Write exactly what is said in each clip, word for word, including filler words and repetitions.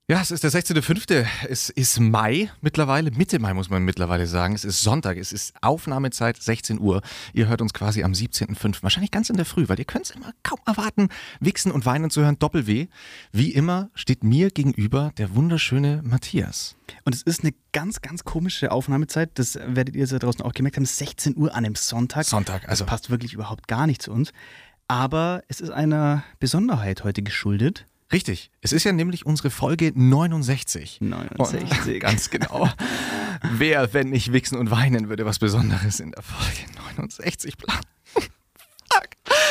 Ja, es ist der sechzehnter fünfte Es ist Mai mittlerweile, Mitte Mai muss man mittlerweile sagen. Es ist Sonntag, es ist Aufnahmezeit sechzehn Uhr. Ihr hört uns quasi am siebzehnten fünften Wahrscheinlich ganz in der Früh, weil ihr könnt es immer kaum erwarten, wichsen und weinen zu hören. Doppel-W. Wie immer steht mir gegenüber der wunderschöne Matthias. Und es ist eine ganz, ganz komische Aufnahmezeit. Das werdet ihr da draußen auch gemerkt haben. sechzehn Uhr an einem Sonntag. Sonntag, also. Das passt wirklich überhaupt gar nicht zu uns. Aber es ist einer Besonderheit heute geschuldet. Richtig. Es ist ja nämlich unsere Folge neunundsechzig. neunundsechzig. Und ganz genau. Wer, wenn nicht wichsen und weinen, würde was Besonderes in der Folge neunundsechzig planen? Fuck.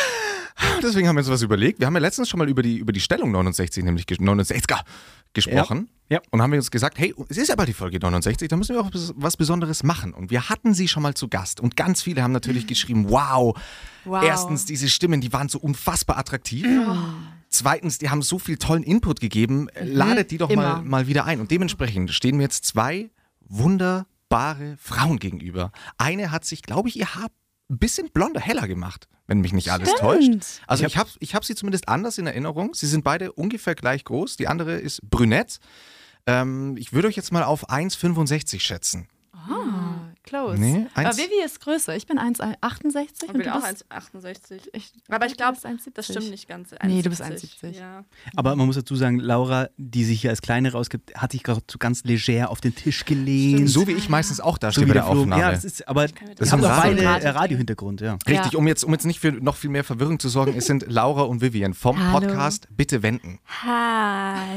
Deswegen haben wir uns was überlegt. Wir haben ja letztens schon mal über die, über die Stellung neunundsechzig, nämlich neunundsechziger gesprochen. Ja. Ja. Und haben wir uns gesagt, hey, es ist ja bald die Folge neunundsechzig, da müssen wir auch was Besonderes machen. Und wir hatten sie schon mal zu Gast. Und ganz viele haben natürlich geschrieben, wow, wow. Erstens, diese Stimmen, die waren so unfassbar attraktiv. Oh. Zweitens, die haben so viel tollen Input gegeben. Mhm. Ladet die doch mal, mal wieder ein. Und dementsprechend stehen mir jetzt zwei wunderbare Frauen gegenüber. Eine hat sich, glaube ich, ihr Haar ein bisschen blonder, heller gemacht, wenn mich nicht alles Stimmt. täuscht. Also ich habe ich hab sie zumindest anders in Erinnerung. Sie sind beide ungefähr gleich groß. Die andere ist brünett. Ähm, ich würde euch jetzt mal auf eins Komma fünfundsechzig schätzen. Ah, close. Nee, Aber Vivi ist größer. Ich bin eins Komma achtundsechzig. Ich bin auch eins Komma achtundsechzig. Aber ich glaube, das stimmt nicht ganz. Nee, du bist eins Komma siebzig. Ja. Aber man muss dazu sagen, Laura, die sich hier als Kleine rausgibt, hat sich gerade so ganz leger auf den Tisch gelehnt. So wie ich meistens auch da So stehe wie bei der der Flo. Aufnahme. Ja, das ist, aber Das wir ist haben ein doch Radio- beide Radio- äh, Radiohintergrund, ja. Richtig, Ja. um jetzt, um jetzt nicht für noch viel mehr Verwirrung zu sorgen, es sind Laura und Vivian vom Hallo. Podcast Bitte Wenden. Hi.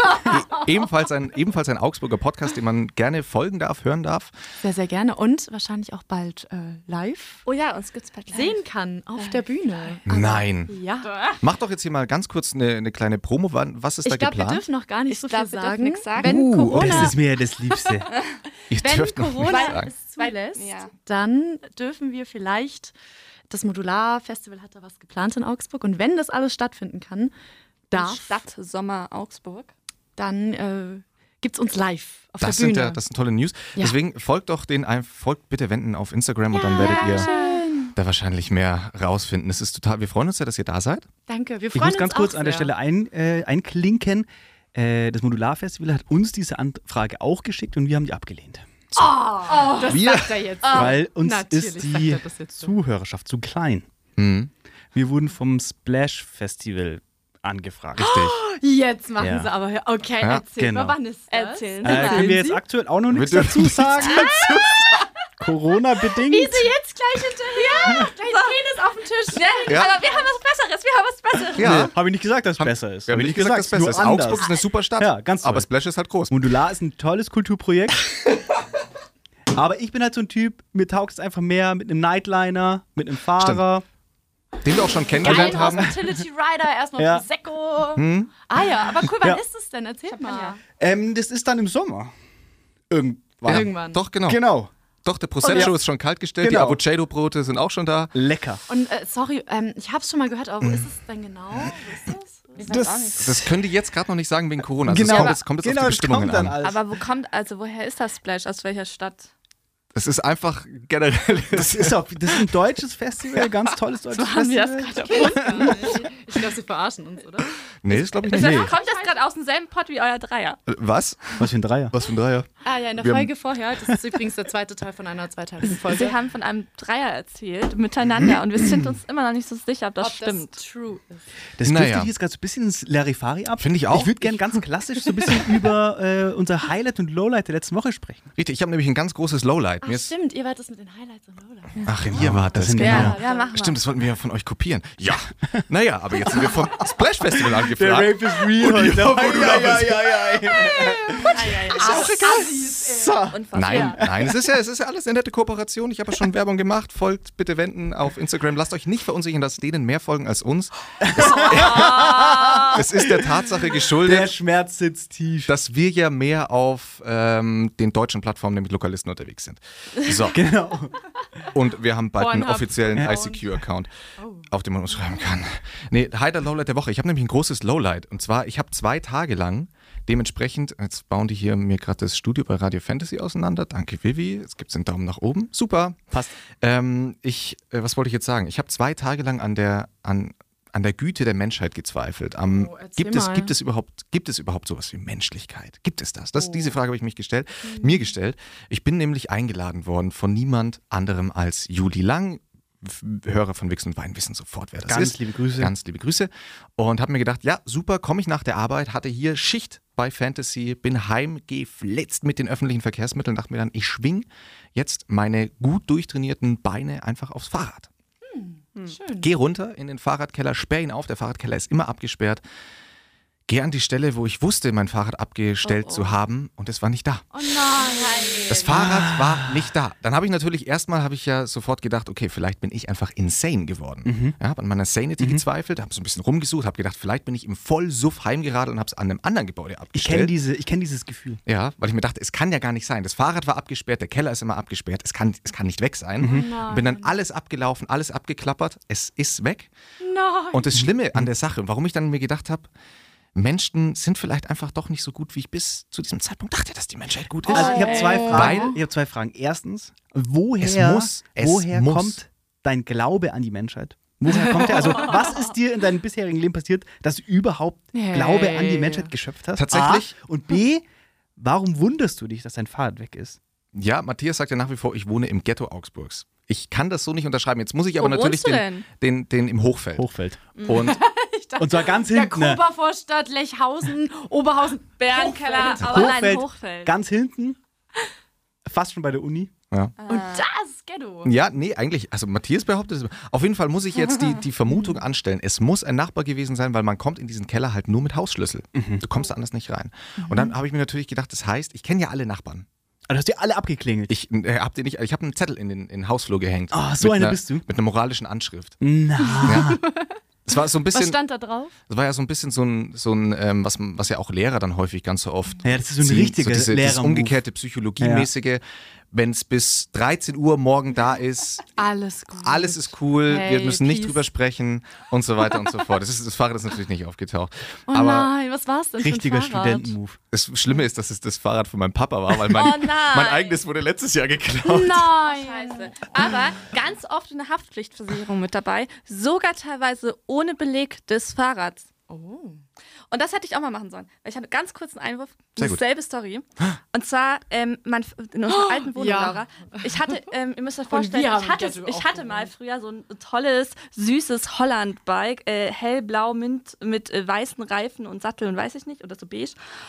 E- ebenfalls, ein, ebenfalls ein Augsburger Podcast, den man gerne folgen darf, hören darf. Sehr, sehr gerne. Und wahrscheinlich auch bald äh, live Oh ja, uns gibt's bald live. sehen kann auf der Bühne. Nein. Ja. Mach doch jetzt hier mal ganz kurz eine, eine kleine Promo. Wann- Was ist Ich da glaube, wir geplant? dürfen noch gar nicht Ich so glaub, viel wir dürfen sagen. nichts sagen. Wenn Uh, Corona, das ist mir das Liebste. Ihr wenn dürft noch Corona nichts sagen. es zulässt, Ja. dann dürfen wir vielleicht, das Modular-Festival hat da was geplant in Augsburg und wenn das alles stattfinden kann, darf, Stadt Sommer Augsburg. dann äh, gibt es uns live auf Das der Bühne. sind, ja, das sind tolle News. Ja. Deswegen folgt doch den, ein- folgt Bitte Wenden auf Instagram und dann werdet ihr da wahrscheinlich mehr rausfinden. Es ist total, wir freuen uns ja, dass ihr da seid. Danke, wir Ich freuen muss ganz uns kurz auch an der sehr. Stelle ein, äh, einklinken. Äh, das Modularfestival hat uns diese Anfrage auch geschickt und wir haben die abgelehnt. Oh, das Wir- sagt er jetzt. Weil uns natürlich ist sagt die er das jetzt so. Zuhörerschaft zu klein. Mhm. Wir wurden vom Splash Festival angefragt. Richtig. Jetzt machen Ja. sie aber. Okay, Ja, erzähl genau. mal, wann ist das? Erzählen. Äh, Erzählen können wir jetzt Sie? aktuell auch noch nichts Wir dürfen dazu sagen? Corona-bedingt. Wie sie jetzt gleich hinterher? Gleich Penis auf dem Tisch. Ja, Ja. aber wir haben was Besseres, wir haben was Besseres. Ja. Nee, habe ich nicht gesagt, dass es besser ist. Wir haben Hab ich nicht gesagt, dass es besser nur ist. anders. Augsburg ist eine super Stadt. Ja, ganz toll. Aber Splash ist halt groß. Modular ist ein tolles Kulturprojekt. Aber ich bin halt so ein Typ, mir taugt es einfach mehr mit einem Nightliner, mit einem Fahrer. Den wir auch schon kennengelernt Geil, haben. Hospitality Rider, erstmal Ja. Prosecco. Hm? Ah ja, aber cool, wann Ja. ist es denn? Erzähl mal. Ähm, das ist dann im Sommer. Irgendwann. Irgendwann. Doch, genau. Genau. Doch, der Prosecco Und- ist schon kalt gestellt. Genau. Die Avocado-Brote sind auch schon da. Lecker. Und äh, sorry, ähm, ich hab's schon mal gehört, aber wo ist es denn genau? Wo ist das? Ich weiß auch nicht. Das können die jetzt gerade noch nicht sagen wegen Corona. Also Genau. es kommt jetzt, kommt jetzt Genau, auf die das Bestimmungen kommt dann an. alles. Aber wo kommt, also woher ist das Splash? Aus welcher Stadt? Es ist einfach generell. Das ist, auch, das ist ein deutsches Festival, ganz tolles deutsches Haben wir das Festival. gerade erfunden? Ich glaube, sie verarschen uns, oder? Nee, das glaube ich Ist nicht. das, Nee. Kommt das gerade aus demselben Pott wie euer Dreier? Äh, Was? Was für ein Dreier. Was für ein Dreier? Ah ja, in der Wir Folge vorher, das ist übrigens der zweite Teil von einer zweiteiligen Folge. Sie haben von einem Dreier erzählt, miteinander, und wir sind uns immer noch nicht so sicher, ob das Ob stimmt. das true ist. Das Naja. dürfte jetzt gerade so ein bisschen ins Larifari ab. Finde ich auch. Ich würde gerne ganz klassisch so ein bisschen über äh, unser Highlight und Lowlight der letzten Woche sprechen. Richtig, ich habe nämlich ein ganz großes Lowlight. Ach Mir ist, stimmt, ihr wart das mit den Highlights und Lowlights. ach, ihr wart das. sind genau. wir. Ja, ja, machen wir. Stimmt, das wollten wir ja von euch kopieren. Ja. Naja, aber jetzt sind wir vom Splash Festival angefragt. ist real heute. ja, ja, ja, ja, ja. Auch egal. So. Unfassbar. Nein, nein, es ist ja, es ist ja alles eine nette Kooperation. Ich habe ja schon Werbung gemacht. Folgt Bitte Wenden auf Instagram. Lasst euch nicht verunsichern, dass denen mehr folgen als uns. Es, es ist der Tatsache Der geschuldet, Schmerz sitzt tief. dass wir ja mehr auf ähm, den deutschen Plattformen, nämlich Lokalisten, unterwegs sind. So, Genau. und wir haben bald einen Pornhub. offiziellen Ja. I C Q-Account, auf dem man uns schreiben kann. Nee, Highlight, Lowlight der Woche. Ich habe nämlich ein großes Lowlight. Und zwar, ich habe zwei Tage lang dementsprechend, jetzt bauen die hier mir gerade das Studio bei Radio Fantasy auseinander. Danke, Vivi. Jetzt gibt es einen Daumen nach oben. Super. Passt. Ähm, ich, äh, was wollte ich jetzt sagen? Ich habe zwei Tage lang an der, an an der Güte der Menschheit gezweifelt. Am, Oh, erzähl gibt, es, mal. gibt, es überhaupt, gibt es überhaupt sowas wie Menschlichkeit? Gibt es das? das Oh. Diese Frage habe ich mich gestellt, mir gestellt. Ich bin nämlich eingeladen worden von niemand anderem als Julie Lang. F- Hörer von Wichs und Wein wissen sofort, wer das Ganz ist. liebe Grüße. Ganz liebe Grüße. Und habe mir gedacht, ja, super, komme ich nach der Arbeit, hatte hier Schicht bei Fantasy, bin heimgeflitzt mit den öffentlichen Verkehrsmitteln, dachte mir dann, ich schwing jetzt meine gut durchtrainierten Beine einfach aufs Fahrrad. Schön. Geh runter in den Fahrradkeller, sperr ihn auf, der Fahrradkeller ist immer abgesperrt. Geh an die Stelle, wo ich wusste, mein Fahrrad abgestellt Oh, oh. zu haben und es war nicht da. Oh nein. Das Fahrrad war nicht da. Dann habe ich natürlich erstmal habe ich ja sofort gedacht, okay, vielleicht bin ich einfach insane geworden. Ja, habe an meiner Sanity gezweifelt, habe so ein bisschen rumgesucht, habe gedacht, vielleicht bin ich im Vollsuff heimgeradelt und habe es an einem anderen Gebäude Ich abgestellt. kenne diese, ich kenn dieses Gefühl. Ja, weil ich mir dachte, es kann ja gar nicht sein. Das Fahrrad war abgesperrt, der Keller ist immer abgesperrt, es kann, es kann nicht weg sein. Nein. Bin dann alles abgelaufen, alles abgeklappert, es ist weg. Nein. Und das Schlimme an der Sache, warum ich dann mir gedacht habe, Menschen sind vielleicht einfach doch nicht so gut, wie ich bis zu diesem Zeitpunkt dachte, dass die Menschheit gut ist. Also ich habe zwei Oh. Fragen. Weil- Ich habe zwei Fragen. Erstens, woher, Es muss, es woher muss. kommt dein Glaube an die Menschheit? Woher kommt der? Also was ist dir in deinem bisherigen Leben passiert, dass du überhaupt Hey. Glaube an die Menschheit geschöpft hast? Tatsächlich. A. Und B, warum wunderst du dich, dass dein Fahrrad weg ist? Ja, Matthias sagt ja nach wie vor, ich wohne im Ghetto Augsburgs. Ich kann das so nicht unterschreiben. Jetzt muss ich aber Wo natürlich wohnst du den, den, den im Hochfeld. Hochfeld. Und Ich dachte, Und zwar ganz ja, hinten. ne? Kobervorstadt, Lechhausen, Oberhausen, Bärenkeller, Hochfeld. aber Hochfeld, allein Hochfeld. ganz hinten. Fast schon bei der Uni. ja. Und das ist Ghetto. Ja, nee, eigentlich, also Matthias behauptet es. Auf jeden Fall muss ich jetzt die, die Vermutung anstellen, es muss ein Nachbar gewesen sein, weil man kommt in diesen Keller halt nur mit Hausschlüssel. Du kommst da anders nicht rein. Und dann habe ich mir natürlich gedacht, das heißt, ich kenne ja alle Nachbarn. Also hast du alle abgeklingelt. Ich äh, hab den nicht, ich habe einen Zettel in den, in den Hausflur gehängt. Ah, so Mit einer einer- bist du? Mit einer moralischen Anschrift. Na. Ja. Es war so ein Was bisschen, stand da drauf? das war ja so ein bisschen so ein, so ein ähm, was, was ja auch Lehrer dann häufig ganz so oft. Ja, das ist so ein ziehen. richtiger so diese, dieses Lehrermove. umgekehrte Psychologiemäßige, wenn es bis dreizehn Uhr morgen da ist, Alles gut. alles ist cool, Hey, wir müssen nicht peace. drüber sprechen und so weiter und so fort. Das, ist, das Fahrrad ist natürlich nicht aufgetaucht. Oh Aber nein, was war's denn Richtiger für ein Fahrrad? Studentenmove. das Schlimme ist, dass es das Fahrrad von meinem Papa war, weil mein, Oh nein. mein eigenes wurde letztes Jahr geklaut. Nein. Scheiße. Aber ganz oft eine Haftpflichtversicherung mit dabei, sogar teilweise ohne Beleg des Fahrrads. Oh. Und das hätte ich auch mal machen sollen. Weil ich hatte ganz kurz einen Einwurf, Sehr gut. dieselbe Story. Und zwar ähm, mein, in unserer alten Wohnung, ja. Laura. Ich hatte, ähm, ihr müsst euch Und vorstellen, wir haben ich hatte, Ghetto ich auch hatte gewohnt. mal früher so ein tolles, süßes Holland-Bike, äh, hellblau mint mit äh, weißen Reifen und Sattel und weiß ich nicht, oder so beige.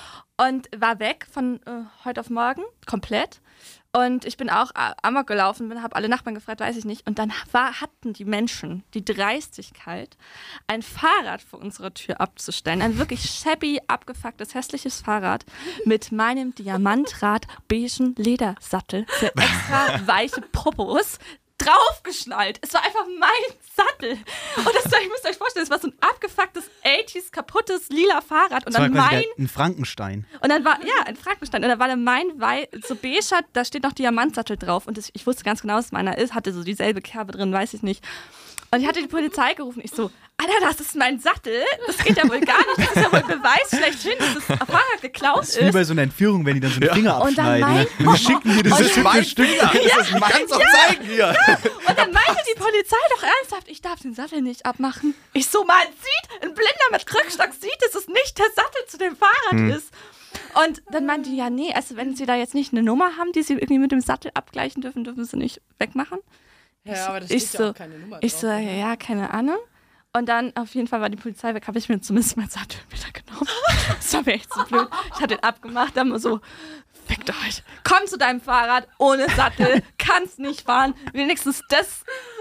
Und war weg von äh, heute auf morgen, komplett. Und ich bin auch äh, amok gelaufen, habe alle Nachbarn gefragt, weiß ich nicht. Und dann war, hatten die Menschen die Dreistigkeit, ein Fahrrad vor unserer Tür abzustellen. Ein wirklich shabby, abgefucktes, hässliches Fahrrad mit meinem Diamantrad beigen Ledersattel für extra weiche Popos draufgeschnallt. Es war einfach mein Sattel. Und das war, ich müsst euch vorstellen, es war so ein abgefucktes, achtziger kaputtes, lila Fahrrad. Und Das war dann quasi mein der- ein Frankenstein. und dann war, ja, ein Frankenstein. Und da war dann mein Wei so beige, da steht noch Diamantsattel drauf. Und das, ich wusste ganz genau, was meiner ist, hatte so dieselbe Kerbe drin, weiß ich nicht. Und ich hatte die Polizei gerufen. Ich so, Alter, das ist mein Sattel. Das geht ja wohl gar nicht. Das ist ja wohl Beweis schlechthin, dass das Fahrrad geklaut Das ist wie ist. bei so einer Entführung, wenn die dann so einen Finger Und dann abschneiden. mein- Und die schicken dir das Das ist Stück mein für Stück. Finger. Das ist mein auch zeigen hier. Und dann meinte die Polizei doch ernsthaft, ich darf den Sattel nicht abmachen. Ich so, man sieht, ein Blinder mit Krückstock sieht, dass es nicht der Sattel zu dem Fahrrad ist. Und dann meinte die, ja, nee, also wenn sie da jetzt nicht eine Nummer haben, die sie irgendwie mit dem Sattel abgleichen dürfen, dürfen sie nicht wegmachen. Ja, aber das ich steht so, ja auch keine Nummer Ich drauf, so, oder? ja, keine Ahnung. Und dann auf jeden Fall war die Polizei weg, habe ich mir zumindest meinen Sattel wieder genommen. Das war mir echt so blöd. Ich hatte den abgemacht, dann mal so, fickt euch. Komm zu deinem Fahrrad ohne Sattel, kannst nicht fahren. Wenigstens das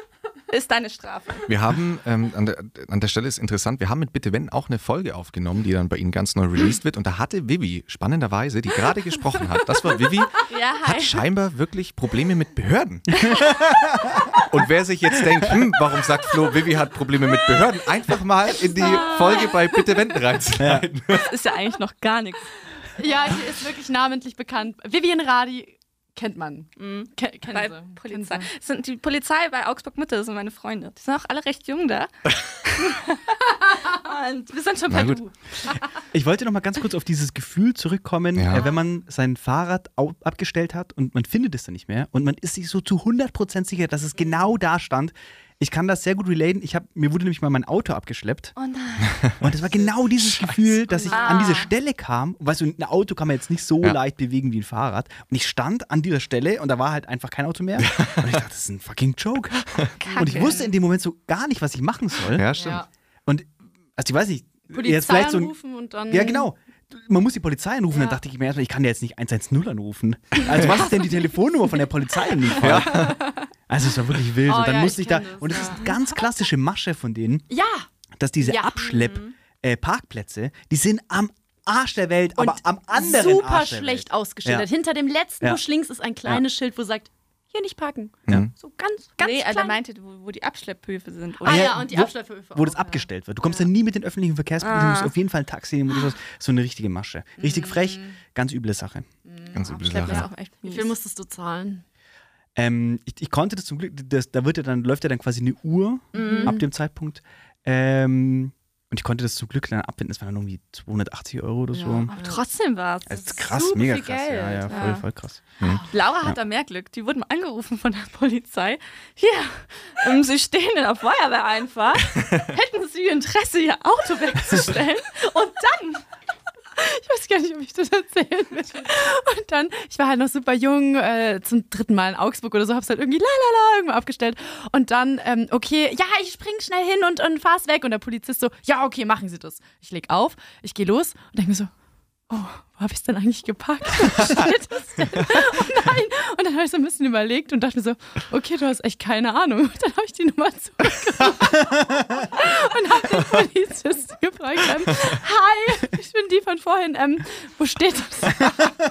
ist deine Strafe. Wir haben, ähm, an, der, an der Stelle ist interessant, wir haben mit Bitte Wenn auch eine Folge aufgenommen, die dann bei Ihnen ganz neu released wird. Und da hatte Vivi, spannenderweise, die gerade gesprochen hat, das war Vivi, Ja, hat scheinbar wirklich Probleme mit Behörden. Und wer sich jetzt denkt, hm, warum sagt Flo, Vivi hat Probleme mit Behörden, einfach mal in die Folge bei Bitte Wenden reinschneiden. Das ist ja eigentlich noch gar nichts. Ja, die ist wirklich namentlich bekannt. Vivian Radi kennt man. Ke kennen Bei sie. Polizei. Kennen sie. Das sind die Polizei bei Augsburg Mitte, das sind meine Freunde. Die sind auch alle recht jung da. Und wir sind schon Na bei gut. Du. Ich wollte noch mal ganz kurz auf dieses Gefühl zurückkommen, Ja. äh, wenn man sein Fahrrad au- abgestellt hat und man findet es dann nicht mehr und man ist sich so zu hundert Prozent sicher, dass es genau da stand. Ich kann das sehr gut relaten. Ich hab, mir wurde nämlich mal mein Auto abgeschleppt. Oh nein. Und es war genau dieses Gefühl, dass ich Ah. an diese Stelle kam. Weißt du, ein Auto kann man jetzt nicht so Ja. leicht bewegen wie ein Fahrrad. Und ich stand an dieser Stelle und da war halt einfach kein Auto mehr. Und ich dachte, das ist ein fucking Joke. Und ich wusste in dem Moment so gar nicht, was ich machen soll. Ja, stimmt. Ja. Und also ich weiß nicht, Polizei jetzt vielleicht so ein, anrufen und dann. ja, genau. Man muss die Polizei anrufen. Ja. Dann dachte ich mir erstmal, ich kann ja jetzt nicht eins eins null anrufen. Also, was ist denn die Telefonnummer von der Polizei in dem Fall? Also, es war wirklich wild. Oh, und dann ja, musste ich ich da. kenn das, Und das ja. ist eine ganz klassische Masche von denen, Ja. dass diese Ja. Abschlepp-Parkplätze, die sind am Arsch der Welt, aber Und am anderen super Arsch der schlecht Welt. ausgeschildert. Ja. Hinter dem letzten Ja. Busch links ist ein kleines Schild, wo sagt, hier nicht parken. Ja. So ganz, ganz Nee, Alter, klein. meinte, wo, wo die Abschlepphöfe sind. Ah Ja, ja, und die wo- Abschlepphöfe Wo auch, das ja. abgestellt wird. Du kommst ja nie mit den öffentlichen Verkehrsmitteln, du Ah. musst auf jeden Fall ein Taxi nehmen oder sowas. So eine richtige Masche. Richtig Mhm. frech, ganz üble Sache. Ganz üble Abschleppen ist Sache. auch echt Wie mies. viel musstest du zahlen? Ähm, ich, ich konnte das zum Glück, das, da wird ja dann, läuft ja dann quasi eine Uhr ab dem Zeitpunkt. Ähm, und ich konnte das zum Glück dann abwenden. Das waren dann irgendwie zweihundertachtzig Euro oder so. Aber trotzdem war es. Das ist krass, mega krass. Geld. Ja, ja, voll, voll krass. Laura hat da mehr Glück. Die wurden angerufen von der Polizei. Hier, ähm, Sie stehen in der Feuerwehreinfahrt. Hätten Sie Interesse, Ihr Auto wegzustellen? Und dann... Ich weiß gar nicht, ob ich das erzählen will. Und dann, ich war halt noch super jung, äh, zum dritten Mal in Augsburg oder so, hab's halt irgendwie lalala irgendwo abgestellt. Und dann, ähm, okay, ja, ich spring schnell hin und, und fahr's weg. Und der Polizist so, ja, okay, machen Sie das. Ich leg auf, ich gehe los und denke mir so, oh, wo habe ich es denn eigentlich geparkt? Wo steht das denn? Oh nein. Und dann habe ich so ein bisschen überlegt und dachte mir so, okay, du hast echt keine Ahnung. Und dann habe ich die Nummer zurückgerufen und habe den Polizisten gefragt, ähm, hi, ich bin die von vorhin, ähm, wo steht das? Und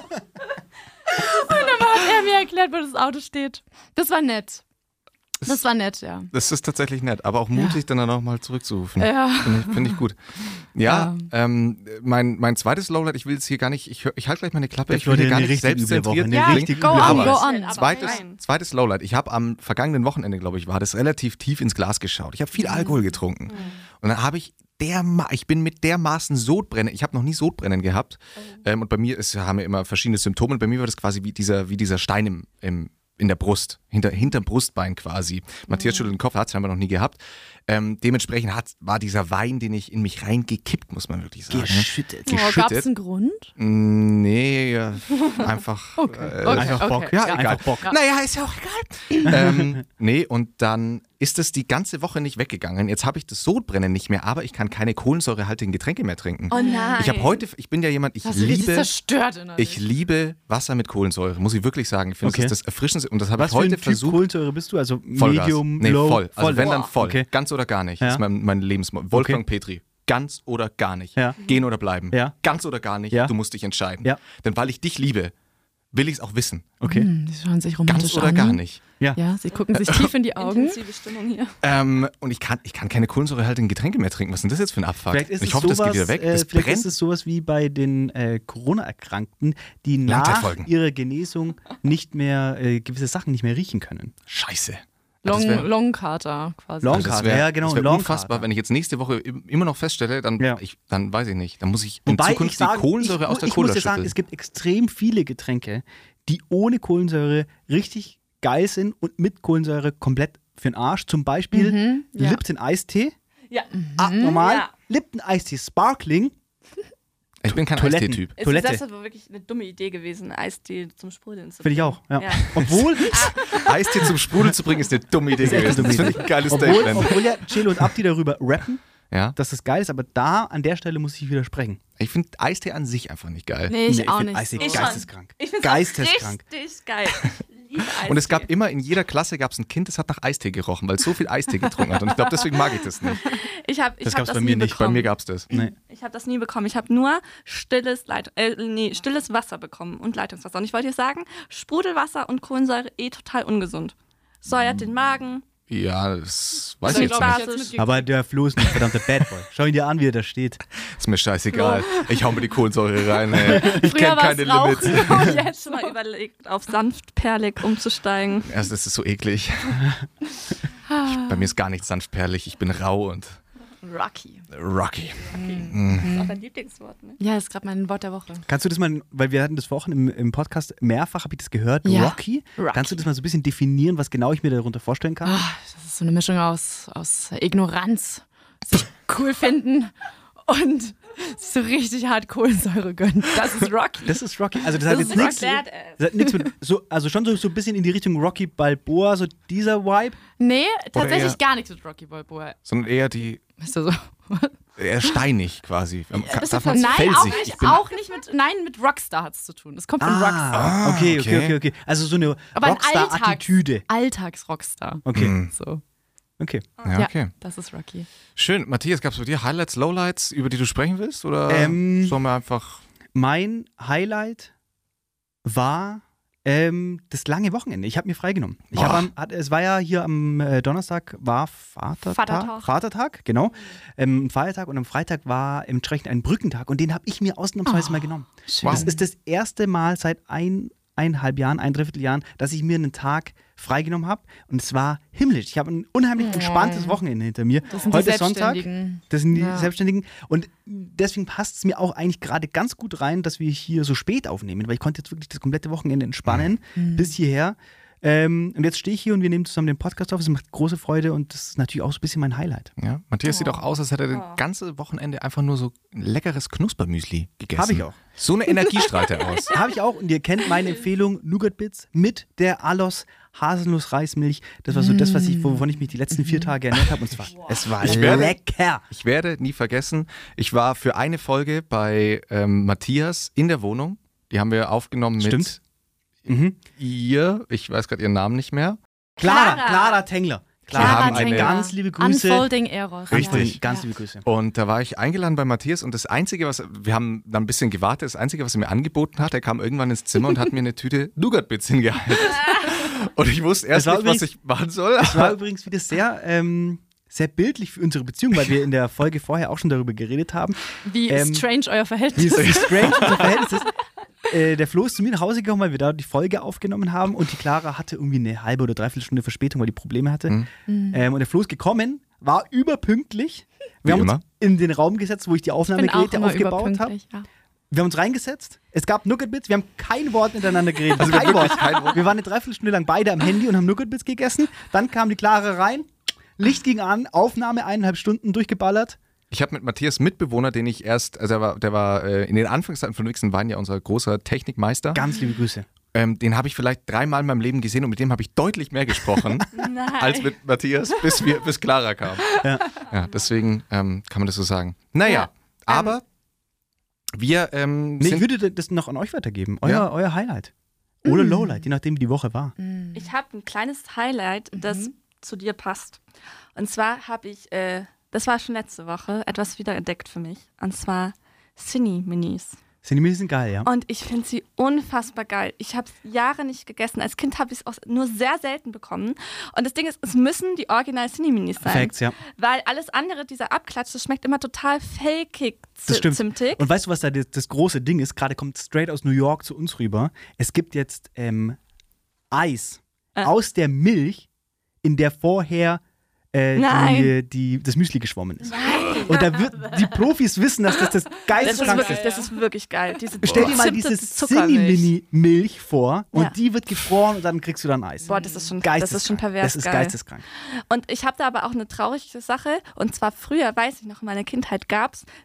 dann hat er mir erklärt, wo das Auto steht. Das war nett. Das war nett, ja. Das ist tatsächlich nett, aber auch mutig, dann auch mal zurückzurufen. Ja. Finde ich, find ich gut. Ja, ähm, mein, mein zweites Lowlight, ich will jetzt hier gar nicht, ich, hör- ich halte gleich meine Klappe, Das ich will hier wurde gar eine nicht richtig üble selbstzentriert Woche, eine Ja, klingen. richtig go üble on, Woche. go on. Aber Zweites, nein. zweites Lowlight. Ich habe am vergangenen Wochenende, glaube ich, war das relativ tief ins Glas geschaut. Ich habe viel Alkohol getrunken. Und dann habe ich derma ich bin mit dermaßen Sodbrennen, ich habe noch nie Sodbrennen gehabt. Ähm, und bei mir ist, haben wir immer verschiedene Symptome. Und bei mir war das quasi wie dieser, wie dieser Stein im, im, in der Brust, hinter, hinterm Brustbein quasi. Matthias schüttelt den Kopf, hat es scheinbar noch nie gehabt. Ähm, dementsprechend hat, war dieser Wein, den ich in mich reingekippt, muss man wirklich sagen. Geschüttet. Oh, gab es einen Grund? Nee, ja, einfach. Okay. äh, Okay. Einfach Bock. Ja, Ja, egal. einfach Bock. Naja, ist ja auch egal. ähm, nee, und dann ist es die ganze Woche nicht weggegangen. Jetzt habe ich das Sodbrennen nicht mehr, aber ich kann keine kohlensäurehaltigen Getränke mehr trinken. Oh nein. Ich habe heute, ich bin ja jemand, ich Das hast du richtig liebe, zerstört innerlich. ich liebe Wasser mit Kohlensäure, muss ich wirklich sagen. Ich finde, Okay. das ist das Erfrischendste und das habe Was ich für ein heute Typ versucht. Kohlensäure bist du? Also Vollgas. Medium, Nee, Low? voll. Also wenn dann Boah. voll. Okay. Ganz oder gar nicht. Ja. Das ist mein, mein Lebensmotto. Wolfgang Petri. Ganz oder gar nicht. Ja. Gehen oder bleiben. Ja. Ganz oder gar nicht. Ja. Du musst dich entscheiden. Ja. Denn weil ich dich liebe, will ich es auch wissen. Okay. Hm, die schauen sich romantisch Ganz oder an. gar nicht. Ja. Ja, sie gucken sich tief in die Augen. Intensive Stimmung hier. Ähm, und ich kann, ich kann keine kohlensäurehaltigen Getränke mehr trinken. Was ist denn das jetzt für ein Abfuck? Vielleicht ist ich es hoffe, sowas, das geht wieder weg. Äh, Das vielleicht brennt. ist es sowas wie bei den äh, Corona-Erkrankten, die nach Langzeitfolgen. ihrer Genesung nicht mehr äh, gewisse Sachen nicht mehr riechen können. Scheiße. Long, Das wär- Longkater quasi. Long- Also das Longkater, wär, ja, genau, Das wäre Longkater. unfassbar, wenn ich jetzt nächste Woche im- immer noch feststelle, dann, Ja. ich, dann weiß ich nicht. Dann muss ich in Wobei Zukunft ich sage, die Kohlensäure ich, aus der ich Cola muss dir sagen, schütteln. es gibt extrem viele Getränke, die ohne Kohlensäure richtig geil sind und mit Kohlensäure komplett für den Arsch. Zum Beispiel Mhm, ja. Lipton Eistee, Ja. abnormal. Ja. Lipton Eistee Sparkling, Ich bin kein Toiletten. Eistee-Typ. Es Toilette. ist das aber wirklich eine dumme Idee gewesen, Eistee zum Sprudeln zu finde ich auch. Ja. Ja. Obwohl, Eistee zum Sprudel zu bringen, ist eine dumme Idee echt eine gewesen. dumme Das finde Idee. ich ein geiles obwohl, Statement. obwohl ja Chelo und Abdi darüber rappen, Ja? dass das geil ist, aber da an der Stelle muss ich widersprechen. Ich finde Eistee an sich einfach nicht geil. Nee, ich Nee, auch find nicht. Eistee so. Ich schon. geisteskrank. Ich finde Geisteskrank. es richtig geil. Ich liebe Eistee. Und es gab immer, in jeder Klasse gab es ein Kind, das hat nach Eistee gerochen, weil es so viel Eistee getrunken hat. Und ich glaube, deswegen mag ich das nicht. Ich habe ich Das hab gab's das bei nie mir nicht. Bei bekommen. mir gab es das. Nee. Ich habe das nie bekommen. Ich habe nur stilles, Leit äh, nee, stilles Wasser bekommen und Leitungswasser. Und ich wollte dir sagen, Sprudelwasser und Kohlensäure eh total ungesund. Säuert den Magen. Ja, das weiß Also ich ich jetzt glaub, nicht. ich- mitgekriegt. Aber der Flo ist ein verdammter Bad Boy. Schau ihn dir an, wie er da steht. Ist mir scheißegal. Ich hau mir die Kohlensäure rein. Ey. Ich Früher kenne war's keine Limits. Rauchen und jetzt Schon mal überlegt, auf sanftperlig umzusteigen. Also, das ist so eklig. Ich, bei mir ist gar nichts sanftperlig. Ich bin rau und Rocky. Rocky. Das ist auch dein Lieblingswort, ne? Ja, das ist gerade mein Wort der Woche. Kannst du das mal, weil wir hatten das vorhin im, im Podcast mehrfach, habe ich das gehört, Ja. Rocky. Rocky. Kannst du das mal so ein bisschen definieren, was genau ich mir darunter vorstellen kann? Ah, das ist so eine Mischung aus, aus Ignoranz, sich cool finden und so richtig hart Kohlensäure gönnen. Das ist Rocky. Das ist Rocky. Also das, Das hat ist jetzt nichts, Badass. das hat nichts mit, so, also schon so, so ein bisschen in die Richtung Rocky Balboa, so dieser Vibe. Nee, tatsächlich eher- gar nichts mit Rocky Balboa. Sondern eher die, Weißt du so? eher steinig quasi. Kann- Bist Darf du man nein, felsig? auch Ich nicht, bin- auch nicht mit, nein, mit Rockstar hat es zu tun. Das kommt von Rockstar. Ah, okay, okay, okay. okay, okay. Also so eine Aber ein Alltags, Rockstar-Attitüde. Alltags-Rockstar. Okay, Mhm. So. okay. Ja, okay. Das ist Rocky. Schön. Matthias, gab es bei dir Highlights, Lowlights, über die du sprechen willst? Oder Ähm, sollen wir einfach... Mein Highlight war ähm, das lange Wochenende. Ich habe mir freigenommen. Ich hab Oh. am, hat, es war ja hier am äh, Donnerstag war Vatertag. Vatertag. Vatertag, genau. Ähm, ein Feiertag und am Freitag war entsprechend ein Brückentag und den habe ich mir ausnahmsweise Oh, mal genommen. Schön. Das ist das erste Mal seit ein, eineinhalb Jahren, ein Dreivierteljahren, dass ich mir einen Tag freigenommen habe und es war himmlisch. Ich habe ein unheimlich entspanntes Wochenende hinter mir. Das sind Heute die ist Sonntag. Selbstständigen. Das sind die Ja. Selbstständigen. Und deswegen passt es mir auch eigentlich gerade ganz gut rein, dass wir hier so spät aufnehmen, weil ich konnte jetzt wirklich das komplette Wochenende entspannen Mhm. bis hierher. Ähm, und jetzt stehe ich hier und wir nehmen zusammen den Podcast auf. Es macht große Freude und das ist natürlich auch so ein bisschen mein Highlight. Ja, Matthias Oh. sieht auch aus, als hätte er das ganze Wochenende einfach nur so ein leckeres Knuspermüsli gegessen. Hab ich auch. So eine Energie strahlt er aus. Habe ich auch und ihr kennt meine Empfehlung Nougat Bits mit der Alos Haselnuss-Reismilch. Das war so das, was ich, wovon ich mich die letzten vier Tage ernährt habe und es war, es war Ich werde- lecker. Ich werde nie vergessen, ich war für eine Folge bei ähm, Matthias in der Wohnung. Die haben wir aufgenommen mit Stimmt. Mhm. ihr, ich weiß gerade ihren Namen nicht mehr. Clara, Clara. Clara Tengler. Clara Clara, haben eine- ganz liebe Grüße. Unfolding Eros. Richtig. Ja. Ganz Ja. liebe Grüße. Und da war ich eingeladen bei Matthias und das Einzige, was, wir haben dann ein bisschen gewartet, das Einzige, was er mir angeboten hat, er kam irgendwann ins Zimmer und hat mir eine Tüte Nougat-Bits hingehalten. Und ich wusste erst Das war nicht, was übrigens- ich machen soll. Das war übrigens wieder sehr, ähm, sehr bildlich für unsere Beziehung, weil wir in der Folge vorher auch schon darüber geredet haben, Wie Ähm, strange euer wie Verhältnis es ist. strange unser Verhältnis ist. Äh, der Flo ist zu mir nach Hause gekommen, weil wir da die Folge aufgenommen haben und die Clara hatte irgendwie eine halbe oder dreiviertel Stunde Verspätung, weil die Probleme hatte. Mhm. Ähm, und der Flo ist gekommen, war überpünktlich. Wir Wie haben immer. uns in den Raum gesetzt, wo ich die Ich bin auch Aufnahmegeräte immer aufgebaut habe. überpünktlich. Ja. Wir haben uns reingesetzt. Es gab Nougat-Bits. Wir haben kein Wort miteinander geredet. Also kein wirklich Wort. kein Wort. Wir waren eine Dreiviertelstunde lang beide am Handy und haben Nougat-Bits gegessen. Dann kam die Clara rein. Licht ging an. Aufnahme eineinhalb Stunden durchgeballert. Ich habe mit Matthias Mitbewohner, den ich erst, also der war, der war äh, in den Anfangszeiten von Wixen Wein ja unser großer Technikmeister. Ganz liebe Grüße. Ähm, den habe ich vielleicht dreimal in meinem Leben gesehen und mit dem habe ich deutlich mehr gesprochen Nein. als mit Matthias, bis, wir, bis Clara kam. Ja. Ja, deswegen ähm, kann man das so sagen. Naja, Ja, aber wir ähm, Nee, ich sind... würde das noch an euch weitergeben. Euer, Ja. euer Highlight. Oder Lowlight, je nachdem, wie die Woche war. Ich habe ein kleines Highlight, das zu dir passt. Und zwar habe ich, äh, das war schon letzte Woche, etwas wieder entdeckt für mich. Und zwar Cine-Minis. Sind die Minis sind geil, ja? Und ich finde sie unfassbar geil. Ich habe es Jahre nicht gegessen. Als Kind habe ich es auch nur sehr selten bekommen. Und das Ding ist, es müssen die original Cine-Minis sein. Facts, ja. Weil alles andere, dieser Abklatsch, das schmeckt immer total fakig, Das stimmt. zimtig. Und weißt du, was da das, das große Ding ist? Gerade kommt straight aus New York zu uns rüber. Es gibt jetzt ähm, Eis Äh. aus der Milch, in der vorher äh, Nein. die, die, das Müsli geschwommen ist. Und da wird, die Profis wissen, dass das das Das ist Geisteskrank wirklich, ist. das ist wirklich geil. Diese Stell dir mal zimtete dieses Zuckermilch. Cine-Mini-Milch vor und Ja. die wird gefroren und dann kriegst du dann Eis. Boah, das ist schon, das ist schon pervers Das ist geil. geisteskrank. Und ich habe da aber auch eine traurige Sache. Und zwar früher, weiß ich noch, in meiner Kindheit gab es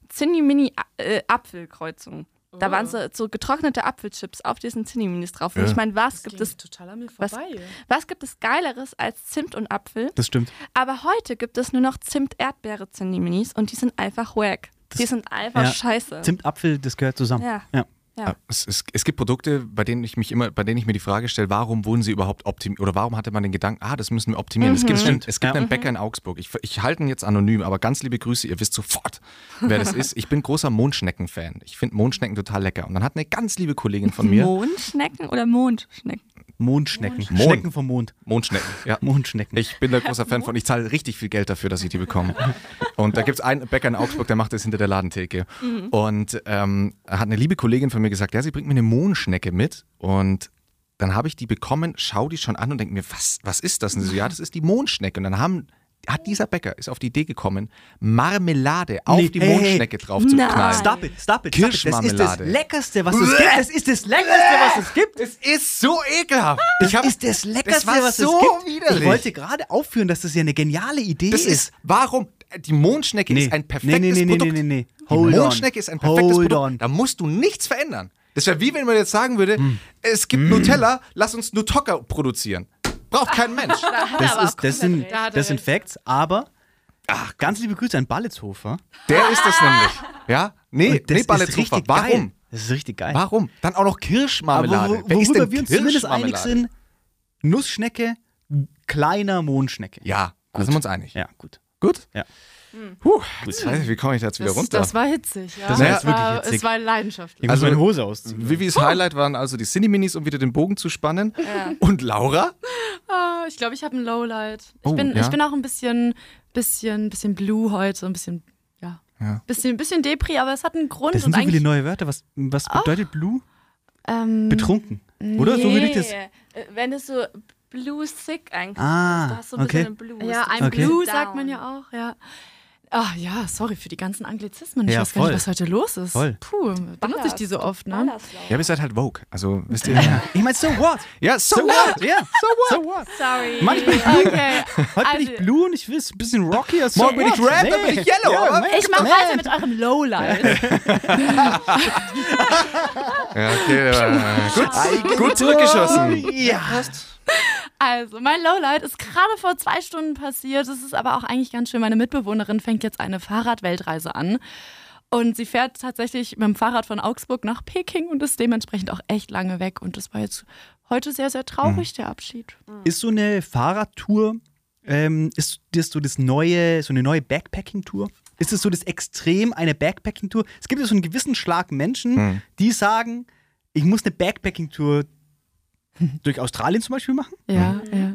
Zinni-Mini-Apfelkreuzungen. Da waren so, so getrocknete Apfelchips auf diesen Zinni-Minis drauf. Und Ja. ich meine, was gibt es total an mir was, was gibt es Geileres als Zimt und Apfel? Das stimmt. Aber heute gibt es nur noch Zimt-Erdbeere-Zinni-Minis und die sind einfach wack. Die sind einfach ja. scheiße. Zimtapfel, das gehört zusammen. Ja. Ja. Ja. Es, es, es gibt Produkte, bei denen ich mich immer, bei denen ich mir die Frage stelle, warum wurden sie überhaupt optimiert oder warum hatte man den Gedanken, ah, das müssen wir optimieren. Es gibt, einen, es gibt Ja. einen Bäcker in Augsburg. Ich, ich halte ihn jetzt anonym, aber ganz liebe Grüße, ihr wisst sofort, wer das ist. Ich bin großer Mondschnecken-Fan. Ich finde Mondschnecken total lecker. Und dann hat eine ganz liebe Kollegin von mir, Mondschnecken oder Mondschnecken? Mondschnecken. Mond. Schnecken vom Mond. Mondschnecken, ja. Mondschnecken. Ich bin da großer Fan von. Ich zahle richtig viel Geld dafür, dass ich die bekomme. Und da gibt es einen Bäcker in Augsburg, der macht das hinter der Ladentheke. Und ähm, hat eine liebe Kollegin von mir gesagt, ja, sie bringt mir eine Mondschnecke mit. Und dann habe ich die bekommen, schau die schon an und denke mir, was, was ist das? Und sie so, ja, das ist die Mondschnecke. Und dann haben, hat dieser Bäcker ist auf die Idee gekommen, Marmelade auf Nee, die hey, Mondschnecke drauf zu Nein. knallen. Stop it, stop it. Kirschmarmelade. Das ist das Leckerste, was es gibt. Das ist das Leckerste, was es gibt. Es ist so ekelhaft. Das Ich hab, ist das Leckerste, das war was so es gibt. widerlich. Ich wollte gerade aufführen, dass das ja eine geniale Idee das ist. ist, warum? Die Mondschnecke ist ein perfektes nee, nee, nee, Produkt. Nee, nee, nee. Die Hold Mondschnecke on. ist ein perfektes Hold Produkt. on. Da musst du nichts verändern. Das wäre wie wenn man jetzt sagen würde, Hm. es gibt Nutella, lass uns Nutella produzieren. Braucht kein Mensch. Das, ist, das, sind, Da hat er das sind recht. Facts, aber ach, ganz liebe Grüße an Balletshofer. Der ist das nämlich. Ja? Nee, Und das nee ist Balletshofer. richtig Warum? geil. Das ist richtig geil. Warum? Dann auch noch Kirschmarmelade. Aber wo, Wer ist worüber denn wir uns zumindest einig Kirschmarmelade? sind, Nussschnecke, kleiner Mondschnecke. Ja, da sind wir uns einig. Ja, gut. Gut? Ja. Puh, jetzt weiß ich, wie komme ich da jetzt wieder Das, runter? das war hitzig, ja. Das war es jetzt wirklich war, hitzig. Es war leidenschaftlich. Ich muss Also- meine Hose ausziehen. Vivis Highlight waren also die Cineminis, um wieder den Bogen zu spannen. Und Laura? Ah, ich glaube, ich habe ein Lowlight. Ich, Oh, bin, ja? ich bin auch ein bisschen, bisschen, bisschen blue heute, ein bisschen, ja, Ja. bisschen, bisschen Depri, aber es hat einen Grund. Das sind und so viele eigentlich, neue Wörter. Was, was bedeutet Blue? ähm, Betrunken. Oder? So würde ich das. Nee, äh, wenn es so blue sick eigentlich Ah, ist, du hast so ein bisschen okay. einen Blues. Ja, Du ein bist Okay. Blue down. sagt man ja auch, ja. Ach ja, sorry für die ganzen Anglizismen. Ich Ja, weiß gar voll. nicht, was heute los ist. Voll. Puh, benutze ich die so oft, ne? Ballerst, Ja, ihr seid halt Vogue. Also, wisst ihr. Ja. Ich meine, so what? Ja, so, So what? what? Ja, so what? So what? Sorry. Manchmal bin ich blue. Okay. Heute bin ich Also- blue und ich will es ein bisschen rockier. So Morgen bin ich what? red, dann bin ich yellow, Ja, aber- man, Ich mache man. weiter mit eurem Lowlight. Ja, okay, äh, gut, gut zurückgeschossen. Ja. Also, mein Lowlight ist gerade vor zwei Stunden passiert. Es ist aber auch eigentlich ganz schön. Meine Mitbewohnerin fängt jetzt eine Fahrradweltreise an. Und sie fährt tatsächlich mit dem Fahrrad von Augsburg nach Peking und ist dementsprechend auch echt lange weg. Und das war jetzt heute sehr, sehr traurig, der Abschied. Ist so eine Fahrradtour, ähm, ist das so das neue, so eine neue Backpacking-Tour? Ist es so das Extrem einer Backpacking-Tour? Es gibt ja so einen gewissen Schlag Menschen, Hm. die sagen, ich muss eine Backpacking-Tour durch Australien zum Beispiel machen. Ja, ja.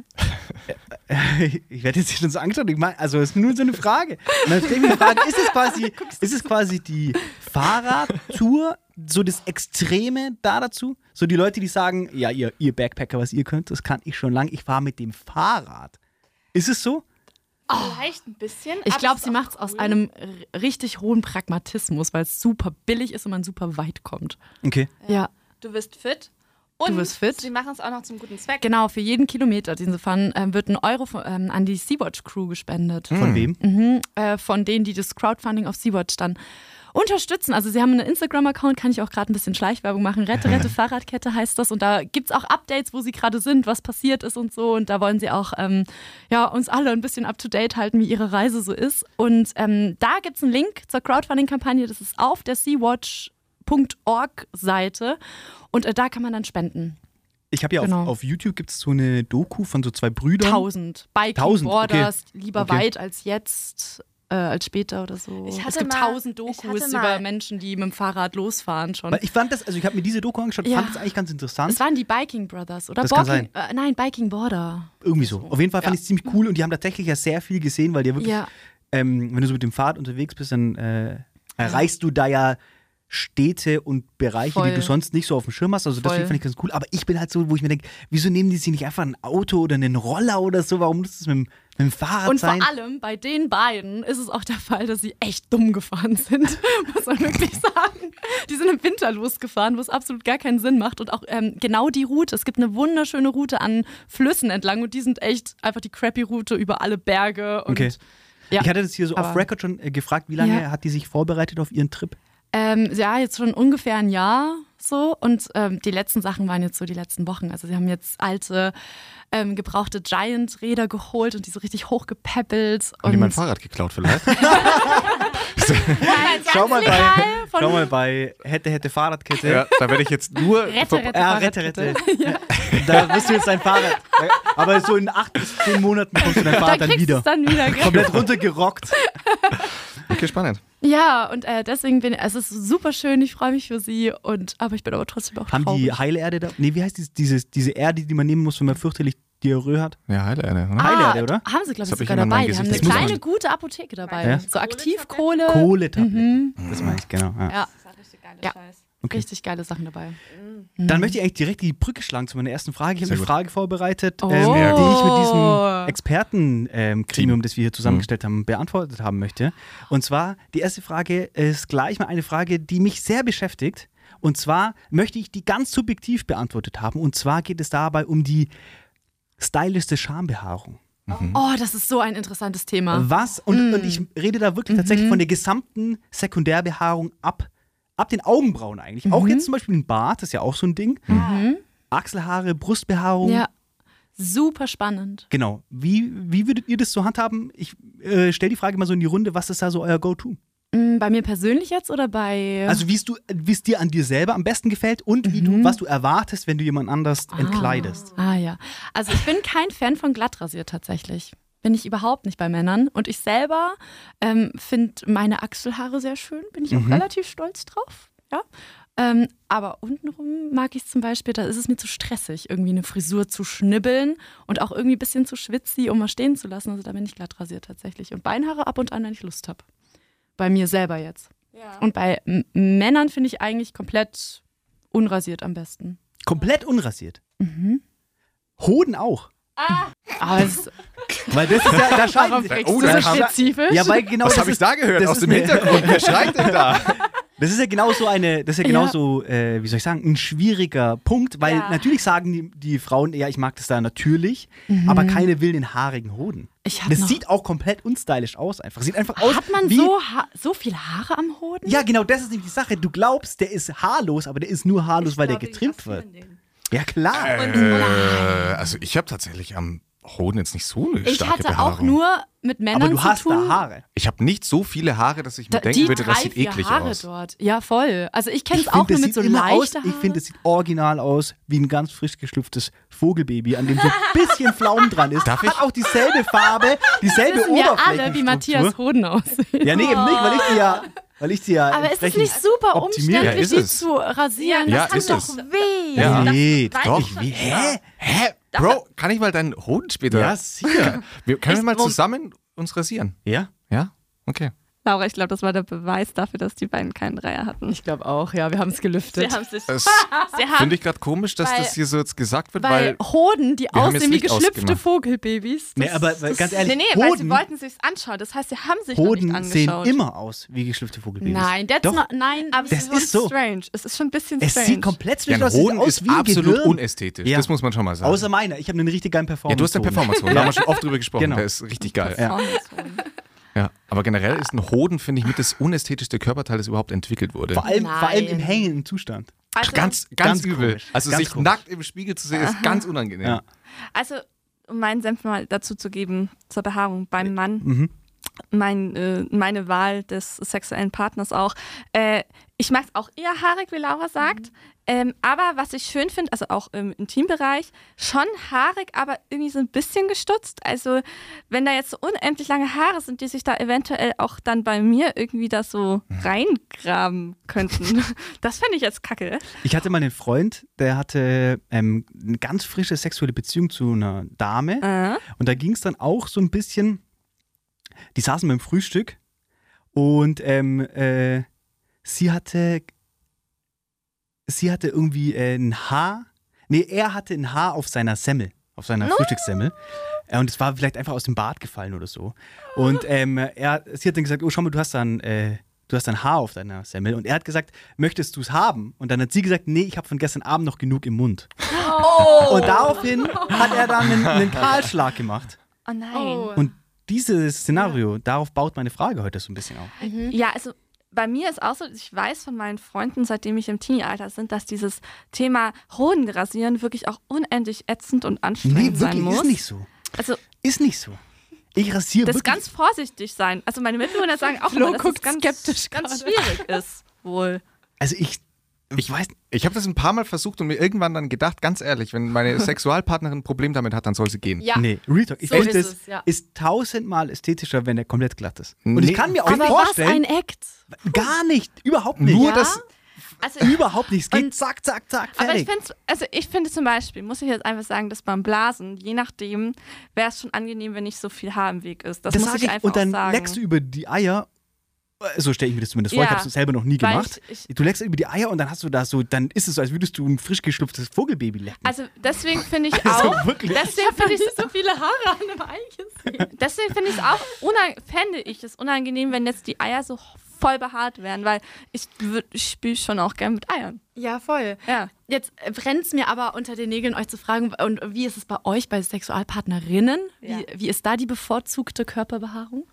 Ich werde jetzt hier schon so angeschaut. Ich meine, also es ist nur so eine Frage. Und dann stelle ich mir die Frage, ist es quasi, ist es quasi die Fahrradtour, so das Extreme da dazu? So die Leute, die sagen, ja, ihr, ihr Backpacker, was ihr könnt, das kann ich schon lange. Ich fahre mit dem Fahrrad. Ist es so? Vielleicht ein bisschen. Ich aber glaube, es ist sie auch macht es aus cool. einem r- richtig hohen Pragmatismus, weil es super billig ist und man super weit kommt. Okay. Ja. Du wirst fit. Und wirst fit. sie machen es auch noch zum guten Zweck. Genau, für jeden Kilometer, den sie fahren, ähm, wird ein Euro von, ähm, an die Sea-Watch-Crew gespendet. Von wem? Mhm, äh, von denen, die das Crowdfunding auf Sea-Watch dann unterstützen. Also sie haben einen Instagram-Account, kann ich auch gerade ein bisschen Schleichwerbung machen. Rette, Rette, Fahrradkette heißt das. Und da gibt es auch Updates, wo sie gerade sind, was passiert ist und so. Und da wollen sie auch ähm, ja, uns alle ein bisschen up-to-date halten, wie ihre Reise so ist. Und ähm, da gibt es einen Link zur Crowdfunding-Kampagne. Das ist auf der Sea-Watch Punkt org Seite. Und äh, da kann man dann spenden. Ich habe ja Genau. auf, auf YouTube gibt es so eine Doku von so zwei Brüdern. Tausend. Biking Tausend, okay. Borders, lieber Okay. weit als jetzt, äh, als später oder so. Ich es hatte gibt mal- tausend ich Dokus hatte über mal- Menschen, die mit dem Fahrrad losfahren schon. Weil ich fand das, also ich habe mir diese Doku angeschaut, Ja. fand das eigentlich ganz interessant. Es waren die Biking Brothers, oder? Das kann Biking, äh, nein, Biking Border. Irgendwie so. Auf jeden Fall fand Ja. ich es ziemlich cool und die haben tatsächlich ja sehr viel gesehen, weil die ja wirklich, Ja. ähm, wenn du so mit dem Fahrrad unterwegs bist, dann äh, erreichst du da ja Städte und Bereiche, Voll. die du sonst nicht so auf dem Schirm hast. Also Voll. deswegen fand ich ganz cool. Aber ich bin halt so, wo ich mir denke, wieso nehmen die sich nicht einfach ein Auto oder einen Roller oder so? Warum muss das mit, dem- mit dem Fahrrad Und sein? vor allem bei den beiden ist es auch der Fall, dass sie echt dumm gefahren sind, muss man wirklich sagen. Die sind im Winter losgefahren, wo es absolut gar keinen Sinn macht. Und auch ähm, genau die Route. Es gibt eine wunderschöne Route an Flüssen entlang und die sind echt einfach die crappy Route über alle Berge. Und Okay. Ja. Ich hatte das hier so Aber- off Record schon äh, gefragt, wie lange Ja. hat die sich vorbereitet auf ihren Trip? Ähm, ja, jetzt schon ungefähr ein Jahr so und ähm, die letzten Sachen waren jetzt so die letzten Wochen. Also sie haben jetzt alte, ähm, gebrauchte Giant-Räder geholt und die so richtig hochgepäppelt. Haben die und mein Fahrrad geklaut vielleicht? Schau mal, bei, legal von- schau mal bei Hätte, Hätte, Fahrradkette. Ja, da werde ich jetzt nur... Rette, rette, Ja, rette, Fahrradkette. rette. Da wirst du jetzt dein Fahrrad. Aber so in acht bis zehn Monaten kommst du dein Da Fahrrad dann kriegst du wieder. es dann wieder. gell? Komplett runtergerockt. Okay, spannend. Ja, und äh, deswegen bin ich, es ist super schön, ich freue mich für sie, und, aber ich bin aber trotzdem auch Haben traurig. die Heilerde da? Nee, wie heißt dieses, dieses, diese Erde, die man nehmen muss, wenn man fürchterlich Diarrhoe hat? Ja, heile eine. Oder? ah, Heilerde, oder? Haben sie, glaube Das ich, hab ich sogar immer in dabei. mein Die haben Gesicht eine gezogen. kleine, gute Apotheke dabei. Ja. So Aktivkohle. Kohletabletten. Mhm. Das meine ich, genau. Ja. Ja. Das ist ein richtig geiler Ja. Scheiß. Okay. Richtig geile Sachen dabei. Dann möchte ich eigentlich direkt die Brücke schlagen zu meiner ersten Frage. Ich habe Sehr eine gut. Frage vorbereitet, Oh. ähm, Sehr die gut. ich mit diesem Experten-Gremium, Team. das wir hier zusammengestellt haben, beantwortet haben möchte. Und zwar, die erste Frage ist gleich mal eine Frage, die mich sehr beschäftigt. Und zwar möchte ich die ganz subjektiv beantwortet haben. Und zwar geht es dabei um die stylischste Schambehaarung. Oh, das ist so ein interessantes Thema. Was? Und, und ich rede da wirklich tatsächlich von der gesamten Sekundärbehaarung ab, ab den Augenbrauen eigentlich. Auch jetzt zum Beispiel ein Bart, das ist ja auch so ein Ding. Achselhaare, Brustbehaarung. Ja, super spannend. Genau. Wie, wie würdet ihr das so handhaben? Ich äh, stelle die Frage mal so in die Runde, was ist da so euer Go-To? Mm, Bei mir persönlich jetzt oder bei... Also wie es du- wie es dir an dir selber am besten gefällt und wie du, was du erwartest, wenn du jemand anders entkleidest. Ah ja, also ich bin kein Fan von glattrasiert tatsächlich. Bin ich überhaupt nicht bei Männern. Und ich selber ähm, finde meine Achselhaare sehr schön. Bin ich auch relativ stolz drauf. Ja. Ähm, aber untenrum mag ich es zum Beispiel, da ist es mir zu stressig, irgendwie eine Frisur zu schnibbeln und auch irgendwie ein bisschen zu schwitzig, um mal stehen zu lassen. Also da bin ich glattrasiert tatsächlich. Und Beinhaare ab und an, wenn ich Lust habe. Bei mir selber jetzt. Ja. Und bei M- Männern finde ich eigentlich komplett unrasiert am besten. Komplett unrasiert. Hoden auch. Aber es Weil das ist ja, da scheiden sich. kriegst Oh, du da so kam- spezifisch. Ja, weil genau Was das habe ich ist- da gehört das aus ist dem eine- Hintergrund? Wer schreit denn da? Das ist ja genau so eine, das ist ja Ja. genau so, äh, wie soll ich sagen, ein schwieriger Punkt, weil Ja. natürlich sagen die, die Frauen, ja, ich mag das da natürlich, aber keine will den haarigen Hoden. Ich hab Das noch- sieht auch komplett unstylisch aus einfach. Sieht einfach aus Hat man wie... so, ha so viel Haare am Hoden? Ja, genau, das ist nämlich die Sache. Du glaubst, der ist haarlos, aber der ist nur haarlos, weil der getrimmt wird. Ja, klar. Äh, also ich habe tatsächlich am Hoden jetzt nicht so eine Ich starke hatte Behaarung. auch nur mit Männern aber du zu hast tun. da Haare. Ich habe nicht so viele Haare, dass ich mir Da, denken die würde, drei, das sieht vier eklig Haare aus. dort. Ja, voll. Also ich kenne Ich es auch finde, nur das mit so sieht immer aus, leichter Haare. ich finde, es sieht original aus wie ein ganz frisch geschlüpftes Vogelbaby, an dem so ein bisschen Pflaumen dran ist. Darf ich? Hat auch dieselbe Farbe, dieselbe wissen wir alle, Oberflächenstruktur. wie Matthias Hoden aussieht. Ja, nee, eben nicht, weil ich die ja, weil ich die ja Aber ist es entsprechend nicht super optimiert. Ja, umständlich, ist die es. zu rasieren? Ja, das ist tut es. doch weh. Ja. Nee, weiß doch. ich Wie, nicht. hä? Hä? Bro, kann ich mal deinen Hoden später? Ja, sicher. Wir, können wir Ich- mal wo- zusammen uns rasieren? Ja? Ja? Okay. Laura, ich glaube, das war der Beweis dafür, dass die beiden keinen Dreier hatten. Ich glaube auch, ja, wir haben es gelüftet. Sie haben sich. Das Sie haben finde ich gerade komisch, dass Weil- das hier so jetzt gesagt wird, Weil weil, Hoden, die wir haben jetzt aussehen wie Licht geschlüpfte ausgemacht. Vogelbabys. Nee, das- aber weil, ganz ehrlich, Nee, nee, weil sie Hoden, wollten sich's anschauen. Das heißt, sie haben sich noch Hoden nicht sehen angeschaut. immer aus wie geschlüpfte Vogelbabys. Nein, that's Doch. not, nein. Aber Das es ist, schon ist so. strange. Es ist schon ein bisschen Es strange. sieht komplett ja, zwischen ein aus, sieht Hoden aus ist wie ein absolut Gehirn. unästhetisch. Ja. Das muss man schon mal sagen. Außer meiner. Ich habe einen richtig geilen Performance. ja, du hast den Performance-Hoden, da haben wir schon oft drüber gesprochen. Genau. Der ist richtig geil. Ja. Ja, aber generell ist ein Hoden, finde ich, mit das unästhetischste Körperteil, das überhaupt entwickelt wurde. Vor allem, vor allem Nein. im hängenden Zustand. Also, Ganz, ganz, Ganz übel. komisch. Also Ganz sich komisch. nackt im Spiegel zu sehen, ist ganz unangenehm. Ja. also, um meinen Senf mal dazu zu geben, zur Behaarung beim Mann, Mhm. mein, äh, meine Wahl des sexuellen Partners auch. Äh, ich mag es auch eher haarig, wie Laura sagt. Ähm, aber was ich schön finde, also auch im Intimbereich, schon haarig, aber irgendwie so ein bisschen gestutzt. Also wenn da jetzt so unendlich lange Haare sind, die sich da eventuell auch dann bei mir irgendwie da so reingraben könnten. Das fände ich jetzt kacke. Ich hatte mal einen Freund, der hatte ähm, eine ganz frische sexuelle Beziehung zu einer Dame. Äh. Und da ging es dann auch so ein bisschen, die saßen beim Frühstück und ähm, äh, sie hatte, sie hatte irgendwie äh, ein Haar, nee, er hatte ein Haar auf seiner Semmel, auf seiner Frühstückssemmel. Äh, Und es war vielleicht einfach aus dem Bad gefallen oder so. Und ähm, er, sie hat dann gesagt, oh, schau mal, du hast dann, äh, du hast ein Haar auf deiner Semmel. Und er hat gesagt, möchtest du es haben? Und dann hat sie gesagt, nee, ich habe von gestern Abend noch genug im Mund. Und daraufhin hat er dann einen, einen Kahlschlag gemacht. Oh nein. Oh. Und dieses Szenario, darauf baut meine Frage heute so ein bisschen auf. Ja, also bei mir ist auch so, ich weiß von meinen Freunden, seitdem ich im Teenie-Alter bin, dass dieses Thema Hodenrasieren wirklich auch unendlich ätzend und anstrengend Nee, sein wirklich, muss. ist nicht so. Also Ist nicht so. Ich rasiere das wirklich. ganz vorsichtig sein. Also meine Mitbewohner sagen auch Flo immer, dass es guckt ganz, skeptisch ganz gerade. schwierig ist, wohl. Also ich, ich weiß, Ich habe das ein paar Mal versucht und mir irgendwann dann gedacht, ganz ehrlich, wenn meine Sexualpartnerin ein Problem damit hat, dann soll sie gehen. Ja. nee, Real Talk. Ich So finde, ist das es, ja. ist tausendmal ästhetischer, wenn er komplett glatt ist. Und Nee, ich kann mir auch Aber was vorstellen, ein Act. gar nicht, überhaupt nicht. Nur Ja? das, Also, Überhaupt nicht. Es geht Und- zack, zack, zack, aber ich fertig. finde, also ich finde zum Beispiel, muss ich jetzt einfach sagen, dass beim Blasen, je nachdem, wäre es schon angenehm, wenn nicht so viel Haar im Weg ist. Das, Das muss sag ich ich, einfach und dann auch sagen. leckst du über die Eier So stelle ich mir das zumindest vor. Ja, Ich habe es selber noch nie weil gemacht. ich- du leckst über die Eier und dann hast du da so, dann ist es so, als würdest du ein frisch geschlüpftes Vogelbaby lecken. Also deswegen finde ich Also auch, wirklich. deswegen finde ich so viele Haare an dem Ei gesehen. deswegen finde ich es auch unang- fände ich es unangenehm, wenn jetzt die Eier so voll behaart wären, weil ich, würd- ich spiele schon auch gern mit Eiern. Ja, voll. Ja. Jetzt brennt es mir aber unter den Nägeln, euch zu fragen, und wie ist es bei euch, bei Sexualpartnerinnen? Ja. Wie, wie ist da die bevorzugte Körperbehaarung?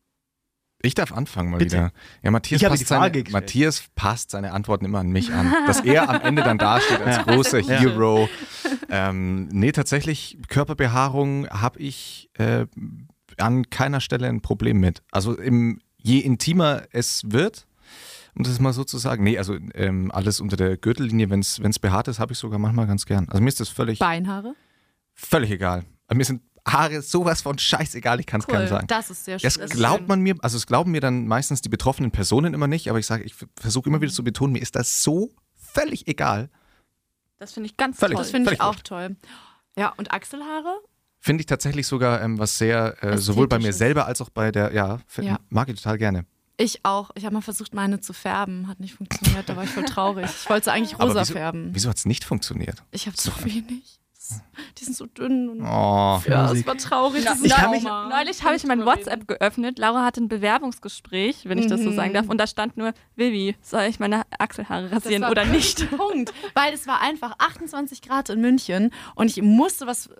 Ich darf anfangen mal Bitte. wieder. Ja, Matthias Ich habe passt, die Frage seine, gestellt. Matthias passt seine Antworten immer an mich an. Dass er am Ende dann dasteht als Ja. großer Ja. Hero. Ähm, nee, tatsächlich, Körperbehaarung habe ich äh, an keiner Stelle ein Problem mit. Also im, je intimer es wird, um das mal so zu sagen, nee, also ähm, alles unter der Gürtellinie, wenn es behaart ist, habe ich sogar manchmal ganz gern. Also mir ist das völlig, Beinhaare? völlig egal. Mir sind Haare sowas von scheißegal, ich kann es keinem sagen. Das ist sehr Das schön. glaubt man mir, also es glauben mir dann meistens die betroffenen Personen immer nicht, aber ich sage, ich versuche immer wieder zu betonen, mir ist das so völlig egal. Das finde ich ganz Völlig. toll. Das finde ich Völlig auch wurscht. toll. Ja, und Achselhaare? Finde ich tatsächlich sogar ähm, was sehr, äh, sowohl bei mir Ästhetisches. selber als auch bei der, ja, f- Ja. mag ich total gerne. Ich auch. Ich habe mal versucht, meine zu färben. Hat nicht funktioniert. Da war ich voll traurig. Ich wollte sie eigentlich Aber rosa wieso, färben. wieso hat es nicht funktioniert? Ich habe zu wenig. Die sind so dünn. Und Oh. ja, es war traurig. Na, dieses ich kann mich- Trauma. Neulich habe ich mein WhatsApp geöffnet. Laura hatte ein Bewerbungsgespräch, wenn ich das so Mhm. sagen darf. Und da stand nur, Vivi, soll ich meine Achselhaare Das rasieren war oder nicht? der Punkt. Weil es war einfach achtundzwanzig Grad in München und ich musste was,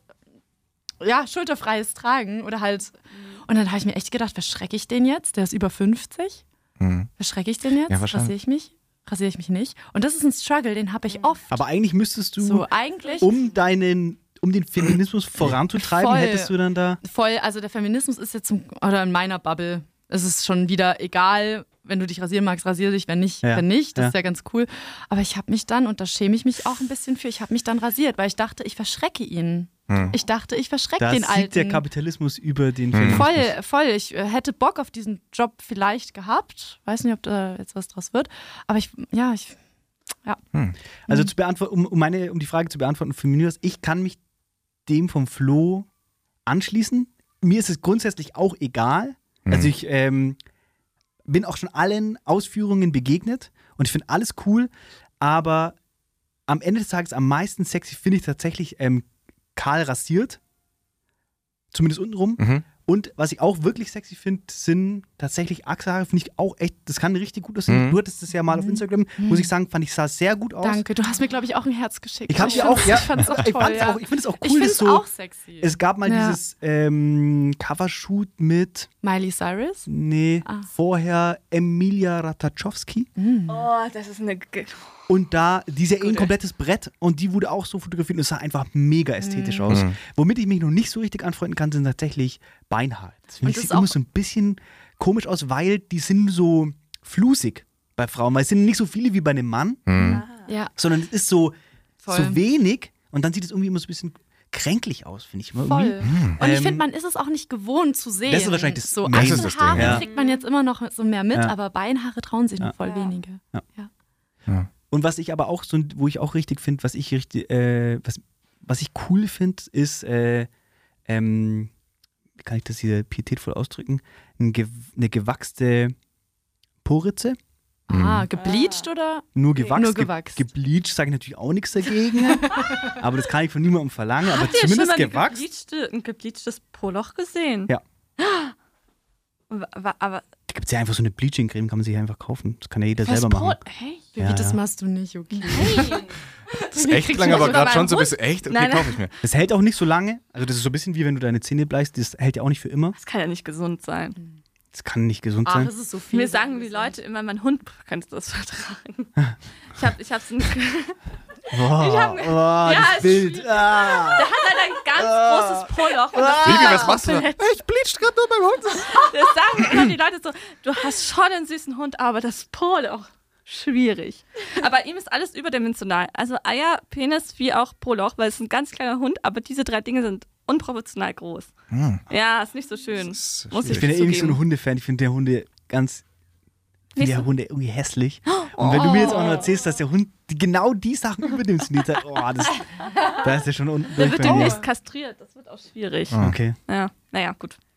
ja, schulterfreies tragen oder halt. Und dann habe ich mir echt gedacht, verschrecke ich den jetzt? Der ist über fünfzig. Mhm. Verschrecke ich den jetzt? Ja, wahrscheinlich. Rasiere ich mich? Rasiere ich mich nicht? Und das ist ein Struggle, den habe ich oft. Aber eigentlich müsstest du, So, eigentlich um deinen, um den Feminismus voranzutreiben, Voll. hättest du dann da. voll, also der Feminismus ist jetzt zum, oder in meiner Bubble. Es ist schon wieder egal, wenn du dich rasieren magst, rasiere dich, wenn nicht, Ja, wenn nicht. Das ja. ist ja ganz cool. Aber ich habe mich dann, und da schäme ich mich auch ein bisschen für, ich habe mich dann rasiert, weil ich dachte, ich verschrecke ihn. Hm. Ich dachte, ich verschrecke Da den sieht Alten. der Kapitalismus über den Feminismus. Voll, voll. Ich äh, hätte Bock auf diesen Job vielleicht gehabt. Weiß nicht, ob da jetzt was draus wird. Aber ich, ja, ich, ja. Also zu beantworten, um, um, meine, um die Frage zu beantworten, für mich, ich kann mich dem vom Flo anschließen. Mir ist es grundsätzlich auch egal. Also ich ähm, bin auch schon allen Ausführungen begegnet und ich finde alles cool, aber am Ende des Tages am meisten sexy finde ich tatsächlich ähm, kahl rasiert. Zumindest untenrum. Mhm. Und was ich auch wirklich sexy finde, sind tatsächlich Achselhaare. Finde ich auch echt, das kann richtig gut aussehen. Mhm. Du hattest das ja mal auf Instagram, muss ich sagen, fand ich, sah sehr gut aus. Danke. Du hast mir, glaube ich, auch ein Herz geschickt. Ich habe dir fand's- auch, ja, Ich fand's auch ich toll. fand's ja. auch, ich finde es auch Ich cool, finde dass es so, auch sexy. es gab mal Ja. dieses ähm, Covershoot mit, Miley Cyrus? nee, Ah. vorher Emilia Ratajkowski. Oh, das ist eine. Ge- Und da, die ist ja eh ein Gut, komplettes Brett und die wurde auch so fotografiert und es sah einfach mega ästhetisch Mhm. aus. Mhm. Womit ich mich noch nicht so richtig anfreunden kann, sind tatsächlich Beinhaare. Das finde Und ich das sieht ist immer auch- so ein bisschen komisch aus, weil die sind so flusig bei Frauen, weil es sind nicht so viele wie bei einem Mann, Mhm. Ja, sondern es ist so, voll. so wenig und dann sieht es irgendwie immer so ein bisschen kränklich aus, finde ich immer Voll. irgendwie. Und ich Ähm, finde, man ist es auch nicht gewohnt zu sehen. das ist wahrscheinlich das- so das ist das Ding, Achselhaare ja. kriegt man jetzt immer noch so mehr mit, Ja. aber Beinhaare trauen sich Ja. noch voll Ja. wenige. Und was ich aber auch so, wo ich auch richtig finde, was ich richtig, äh, was, was ich cool finde, ist, äh, ähm, wie kann ich das hier pietätvoll ausdrücken, ein ge eine gewachste Poritze. Ah, gebleached oder? Nur gewachst. Nur Ge gewachst. gebleached sage ich natürlich auch nichts dagegen. aber das kann ich von niemandem verlangen. Aber Habt ihr schon zumindest mal eine gewachst. gebleachte, ein gebleachtes Poloch gesehen? Ja. Wa- wa- Aber Da gibt es ja einfach so eine Bleaching-Creme, kann man sich einfach kaufen. Das kann ja jeder was selber machen. Pol- Hey? Wie, Ja, das ja. machst du nicht, okay. Nein. Das ist echt lang, aber Oder gerade beim schon so ein Hund? bisschen echt. Okay, Nein, nein. kaufe ich mir. Das hält auch nicht so lange. Also das ist so ein bisschen wie wenn du deine Zähne bleichst. Das hält ja auch nicht für immer. Das kann ja nicht gesund sein. Das kann nicht gesund Ach, sein. das ist so viel. Mir sagen die Leute immer, mein Hund könnte das vertragen. Ich habe ich hab's in, Boah, Ich hab- boah, Ja, das ist Bild. Ah. Der hat halt ein ganz großes Poloch. Und das Vivi, sieht was machst du da? komplett- Ich bleach gerade nur beim Hund. Das sagen immer die Leute so, du hast schon einen süßen Hund, aber das Poloch, schwierig. Aber bei ihm ist alles überdimensional. Also Eier, Penis wie auch Poloch, weil es ist ein ganz kleiner Hund, aber diese drei Dinge sind unproportional groß. Hm. Ja, ist nicht so schön. Das ist Muss Ich ich bin ja eh nicht so zugeben. ein Hundefan. Ich finde der Hunde ganz. Ich Nicht finde der so- Hunde irgendwie hässlich. Und wenn du mir jetzt auch noch erzählst, dass der Hund die, genau die Sachen überdimensioniert hat, oh, das, da ist er schon unten Der durch wird bei mir. demnächst kastriert, das wird auch schwierig. Ah. Okay. Ja, naja, gut.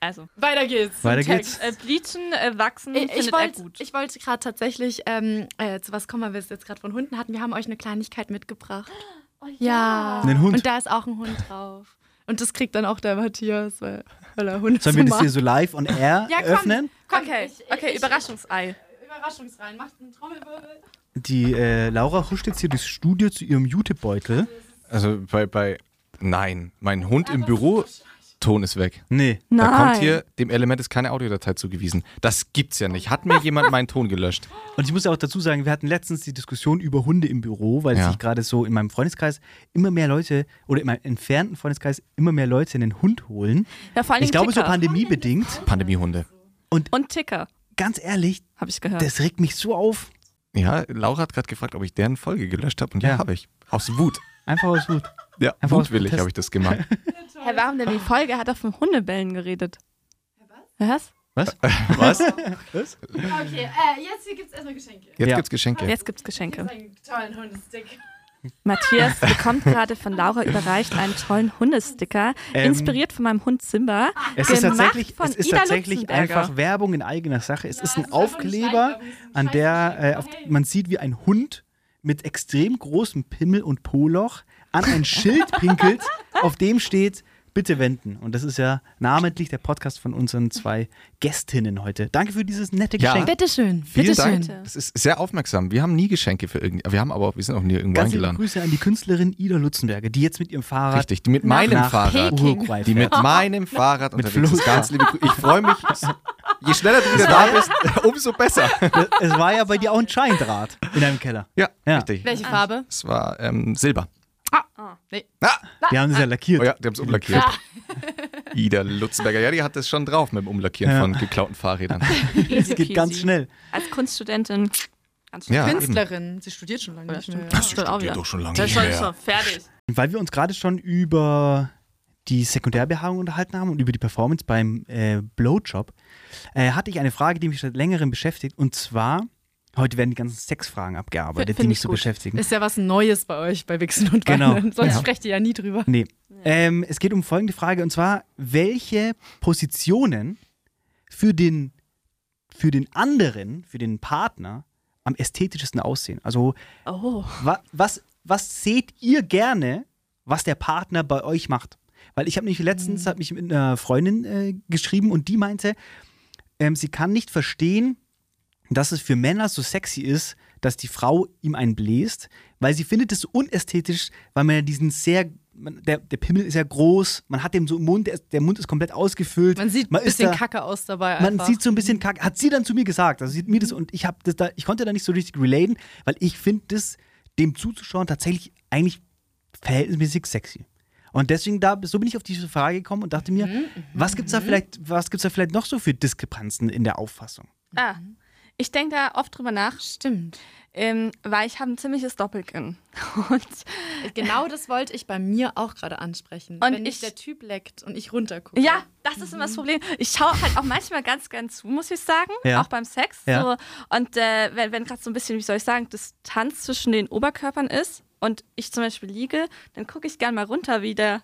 Also, Weiter geht's. zum Weiter Text. geht's. äh, Bleachen, äh, Wachsen Ich, ich findet er wollte gut. ich wollte gerade tatsächlich, ähm, äh, zu was kommen wir, wir es jetzt gerade von Hunden hatten. Wir haben euch eine Kleinigkeit mitgebracht. Oh, Ja. Einen Hund. Und da ist auch ein Hund drauf. Und das kriegt dann auch der Matthias, weil, weil er Hunde Sollen so wir das mag. hier so live on air Ja, komm. öffnen? Komm, Okay, ich- okay, ich- Überraschungsei. Überraschungsrein. Macht einen Trommelwirbel. Die äh, Laura huscht jetzt hier durchs Studio zu ihrem Jutebeutel. Also bei, bei, nein, mein Hund im Büro, Ton ist weg. Nee. Da Nein. kommt hier, dem Element ist keine Audiodatei zugewiesen. Das gibt's ja nicht. Hat mir jemand meinen Ton gelöscht? Und ich muss ja auch dazu sagen, wir hatten letztens die Diskussion über Hunde im Büro, weil Ja. sich gerade so in meinem Freundeskreis immer mehr Leute oder in meinem entfernten Freundeskreis immer mehr Leute einen Hund holen. Ja, vor allem Ich glaube, so Ticker. pandemiebedingt. Pandemiehunde. Und Ticker, Ganz ehrlich, habe ich gehört. das regt mich so auf. Ja, Laura hat gerade gefragt, ob ich deren Folge gelöscht habe. Und ja, Ja. habe ich. Aus Wut. Einfach aus Wut. Ja, Einfach aus wutwillig Protest. habe ich das gemacht. Hä, warum denn die Folge? Er hat doch von Hundebällen geredet. Was? Was? Was? Okay, äh, jetzt hier gibt's erstmal Geschenke. Jetzt Ja. gibt's Geschenke. Jetzt gibt's Geschenke. Einen tollen Hundestick. Matthias bekommt gerade von Laura überreicht einen tollen Hundesticker, Ähm, inspiriert von meinem Hund Simba. Es ist gemacht tatsächlich, von es ist Ida tatsächlich Lutzenberger. einfach Werbung in eigener Sache. Es ist Ja, ein es ist einfach ein Aufkleber, Scheiß- ein an der äh, auf, Scheiß- man sieht, wie ein Hund mit extrem großem Pimmel und Poloch an ein Schild pinkelt, auf dem steht, bitte wenden. Und das ist ja namentlich der Podcast von unseren zwei Gästinnen heute. Danke für dieses nette Ja. Geschenk. Bitteschön, Vielen bitteschön. Dank. Das ist sehr aufmerksam. Wir haben nie Geschenke für irgendwie. Wir haben aber auch, wir sind auch nie irgendwo Ganz liebe eingeladen. Grüße an die Künstlerin Ida Lutzenberger, die jetzt mit ihrem Fahrrad Richtig, die mit meinem nach Fahrrad. Peking. Uruguay Die mit fährt. meinem Fahrrad Mit unterwegs ist. Flo. Ganz liebe Grüße. Ich freue mich. Je schneller du wieder da bist, umso besser. Es war ja bei dir auch ein Scheindraht in deinem Keller. Ja, Ja. richtig. Welche Farbe? Es war ähm, Silber. Ah, nee. Ah, Wir haben das ja lackiert. oh ja, die haben es umlackiert. Ida Lutzenberger, ja, die hat das schon drauf mit dem Umlackieren Ja. von geklauten Fahrrädern. Es geht ganz schnell. Als Kunststudentin ganz schnell. Ja, eben. Künstlerin. Sie studiert schon lange nicht mehr. Das stimmt auch wieder. doch schon lange Das ist nicht schon, mehr. schon fertig. Und weil wir uns gerade schon über die Sekundärbehaarung unterhalten haben und über die Performance beim äh, Blowjob, äh, hatte ich eine Frage, die mich seit längerem beschäftigt. Und zwar, heute werden die ganzen Sexfragen abgearbeitet, Find die ich mich so gut. beschäftigen. Ist ja was Neues bei euch, bei Wichsen und Genau. Weinen. Sonst Ja. sprecht ihr ja nie drüber. Nee. Ähm, es geht um folgende Frage, und zwar, welche Positionen für den, für den anderen, für den Partner am ästhetischsten aussehen? Also, Oh. wa, was, was seht ihr gerne, was der Partner bei euch macht? Weil ich habe nämlich letztens, hat mich mit einer Freundin äh, geschrieben und die meinte, ähm, sie kann nicht verstehen, dass es für Männer so sexy ist, dass die Frau ihm einen bläst, weil sie findet es so unästhetisch, weil man ja diesen sehr, man, der, der Pimmel ist ja groß, man hat den so im Mund, der, ist, der Mund ist komplett ausgefüllt. Man sieht ein ist bisschen da, kacke aus dabei. Man einfach. sieht so ein bisschen kacke, hat sie dann zu mir gesagt, also sie hat mir das, und ich, hab das da, ich konnte da nicht so richtig relaten, weil ich finde das, dem zuzuschauen, tatsächlich eigentlich verhältnismäßig sexy. Und deswegen da, so bin ich auf diese Frage gekommen und dachte mir, was gibt's da vielleicht, was gibt's da vielleicht noch so für Diskrepanzen in der Auffassung? Ah, ich denke da oft drüber nach, Stimmt. ähm, weil ich habe ein ziemliches Doppelkinn. Und Genau das wollte ich bei mir auch gerade ansprechen. Und Wenn ich- ich der Typ leckt und ich runtergucke. ja, das ist immer das Problem. Ich schaue halt auch manchmal ganz gern zu, muss ich sagen, Ja. auch beim Sex. Ja. So. Und äh, wenn, wenn gerade so ein bisschen, wie soll ich sagen, Distanz zwischen den Oberkörpern ist und ich zum Beispiel liege, dann gucke ich gern mal runter, wie der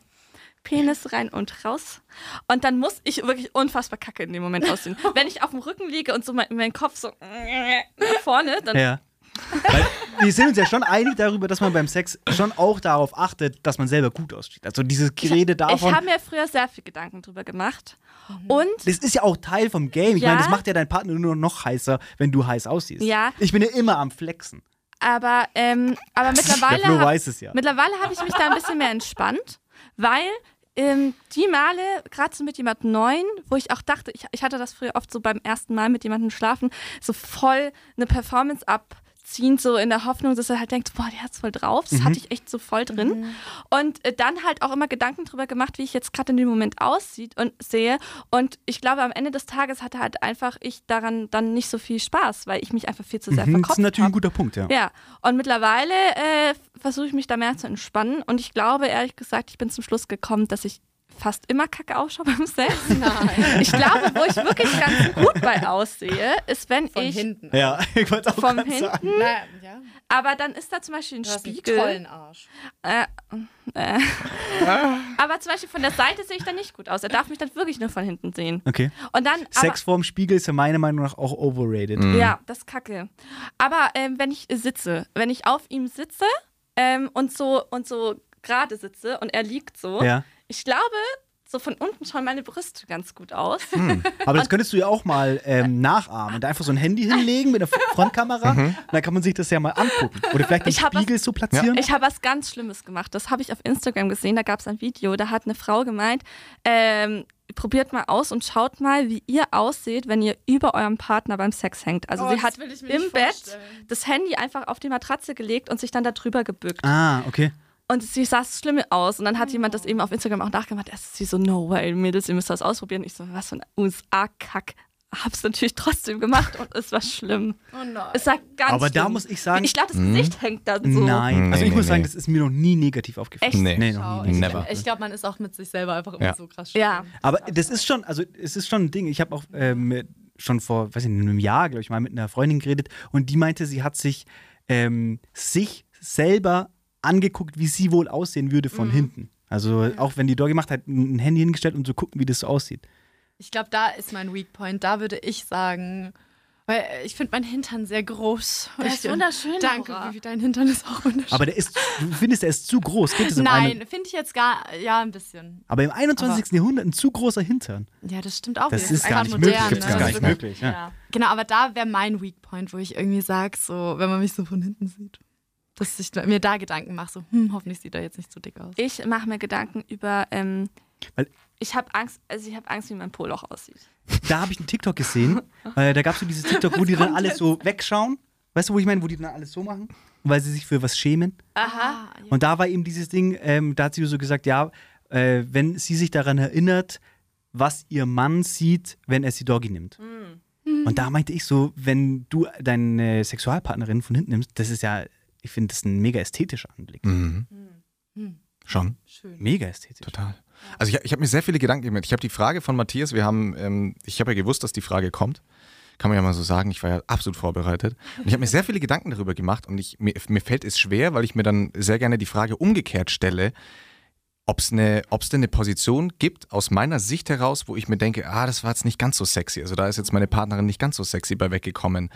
Penis rein und raus. Und dann muss ich wirklich unfassbar kacke in dem Moment aussehen. Wenn ich auf dem Rücken liege und so mein, mein Kopf so nach vorne, dann Ja. Weil wir sind uns ja schon einig darüber, dass man beim Sex schon auch darauf achtet, dass man selber gut aussieht. Also dieses Gerede ich davon, habe mir früher sehr viel Gedanken drüber gemacht. Und das ist ja auch Teil vom Game. Ich Ja. meine, das macht ja deinen Partner nur noch heißer, wenn du heiß aussiehst. Ja. Ich bin ja immer am Flexen. aber, ähm, aber Der mittlerweile Flo hab- weiß es ja. Mittlerweile habe ich mich da ein bisschen mehr entspannt, weil ähm, die Male, gerade so mit jemandem Neuen, wo ich auch dachte, ich, ich hatte das früher oft so beim ersten Mal mit jemandem schlafen, so voll eine Performance abziehen, so in der Hoffnung, dass er halt denkt, boah, der hat's voll drauf. Das hatte ich echt so voll drin. Und äh, dann halt auch immer Gedanken drüber gemacht, wie ich jetzt gerade in dem Moment aussieht und sehe. Und ich glaube, am Ende des Tages hatte halt einfach ich daran dann nicht so viel Spaß, weil ich mich einfach viel zu sehr Mhm, das verkopft ist natürlich ein habe. guter Punkt, ja. Ja, und mittlerweile äh, versuche ich mich da mehr zu entspannen und ich glaube, ehrlich gesagt, ich bin zum Schluss gekommen, dass ich fast immer kacke ausschaue beim Sex. Nein. Ich glaube, wo ich wirklich ganz gut bei aussehe, ist, wenn Von ich hinten. Ja, ich wollte auch vom gerade hinten, sagen. Na, ja. aber dann ist da zum Beispiel ein Du hast einen Spiegel. tollen Arsch. Äh, äh. Aber zum Beispiel von der Seite sehe ich dann nicht gut aus. Er darf mich dann wirklich nur von hinten sehen. Okay. Und dann, aber, Sex vorm Spiegel ist ja meiner Meinung nach auch overrated. ja, das ist kacke. Aber ähm, wenn ich sitze, wenn ich auf ihm sitze ähm, und so und so gerade sitze und er liegt so, Ja. ich glaube, so von unten schauen meine Brüste ganz gut aus. Aber das könntest du ja auch mal ähm, nachahmen und einfach so ein Handy hinlegen mit einer Frontkamera. Und dann kann man sich das ja mal angucken. Oder vielleicht den Ich hab Spiegel so platzieren. Ich habe was ganz Schlimmes gemacht. Das habe ich auf Instagram gesehen. Da gab es ein Video. Da hat eine Frau gemeint, ähm, probiert mal aus und schaut mal, wie ihr ausseht, wenn ihr über eurem Partner beim Sex hängt. Also Oh, sie das hat will ich mir im nicht Bett vorstellen. das Handy einfach auf die Matratze gelegt und sich dann da drüber gebückt. Ah, okay. Und sie sah schlimm aus. Und dann hat jemand das eben auf Instagram auch nachgemacht. Erst ist sie so, no way, Mädels, ihr müsst das ausprobieren. Ich so, was für ein U S A-Kack. Hab's natürlich trotzdem gemacht und es war schlimm. Oh nein. Es war ganz Aber schlimm. da muss ich sagen- Ich glaube, das Gesicht hängt dann so. Nein. Nee, Also ich nee, muss sagen, nee. das ist mir noch nie negativ aufgefallen. Echt? Nee. Nee, Schau, noch nie. ich, Never. ich glaube, man ist auch mit sich selber einfach immer Ja. so krass. Ja. Aber das ist schon, also es ist schon ein Ding. Ich habe auch ähm, schon vor, weiß ich nicht, einem Jahr, glaube ich, mal mit einer Freundin geredet und die meinte, sie hat sich ähm, sich selber angeguckt, wie sie wohl aussehen würde von hinten. Also auch wenn die Doggy macht, hat ein Handy hingestellt und so gucken, wie das so aussieht. Ich glaube, da ist mein Weak Point. Da würde ich sagen, weil ich finde mein Hintern sehr groß. Der ist wunderschön, Danke, Laura. Vivi, dein Hintern ist auch wunderschön. Aber der ist, du findest, der ist zu groß. Geht das im Nein, einen- finde ich jetzt gar, ja, ein bisschen. Aber im einundzwanzigsten Jahrhundert ein zu großer Hintern. Ja, das stimmt auch. Das wieder. ist gar einfach nicht möglich. modern, Gibt's ne? gar Das nicht ist- möglich. Ja. Ja. Genau, aber da wäre mein Weak Point, wo ich irgendwie sage, so, wenn man mich so von hinten sieht, dass ich da- mir da Gedanken mache, so, hm, hoffentlich sieht er jetzt nicht so dick aus. Ich mache mir Gedanken über, ähm, Weil- ich habe Angst, also ich habe Angst, wie mein Poloch aussieht. Da habe ich einen TikTok gesehen. äh, da gab es so dieses TikTok, wo die dann alles so wegschauen. Weißt du, wo ich meine? Wo die dann alles so machen, weil sie sich für was schämen. Aha. Ah, ja. Und da war eben dieses Ding, ähm, da hat sie so gesagt, ja, äh, wenn sie sich daran erinnert, was ihr Mann sieht, wenn er sie Doggy nimmt. Und da meinte ich so, wenn du deine Sexualpartnerin von hinten nimmst, das ist ja, ich finde das ein mega ästhetischer Anblick. Mhm. Schon. Schön. Mega ästhetisch. Total. Also ich, ich habe mir sehr viele Gedanken gemacht. Ich habe die Frage von Matthias, wir haben, ähm, ich habe ja gewusst, dass die Frage kommt. Kann man ja mal so sagen, ich war ja absolut vorbereitet. Und ich habe mir sehr viele Gedanken darüber gemacht und ich, mir, mir fällt es schwer, weil ich mir dann sehr gerne die Frage umgekehrt stelle, ob es eine, ob's denn eine Position gibt, aus meiner Sicht heraus, wo ich mir denke, ah, das war jetzt nicht ganz so sexy. Also da ist jetzt meine Partnerin nicht ganz so sexy bei weggekommen.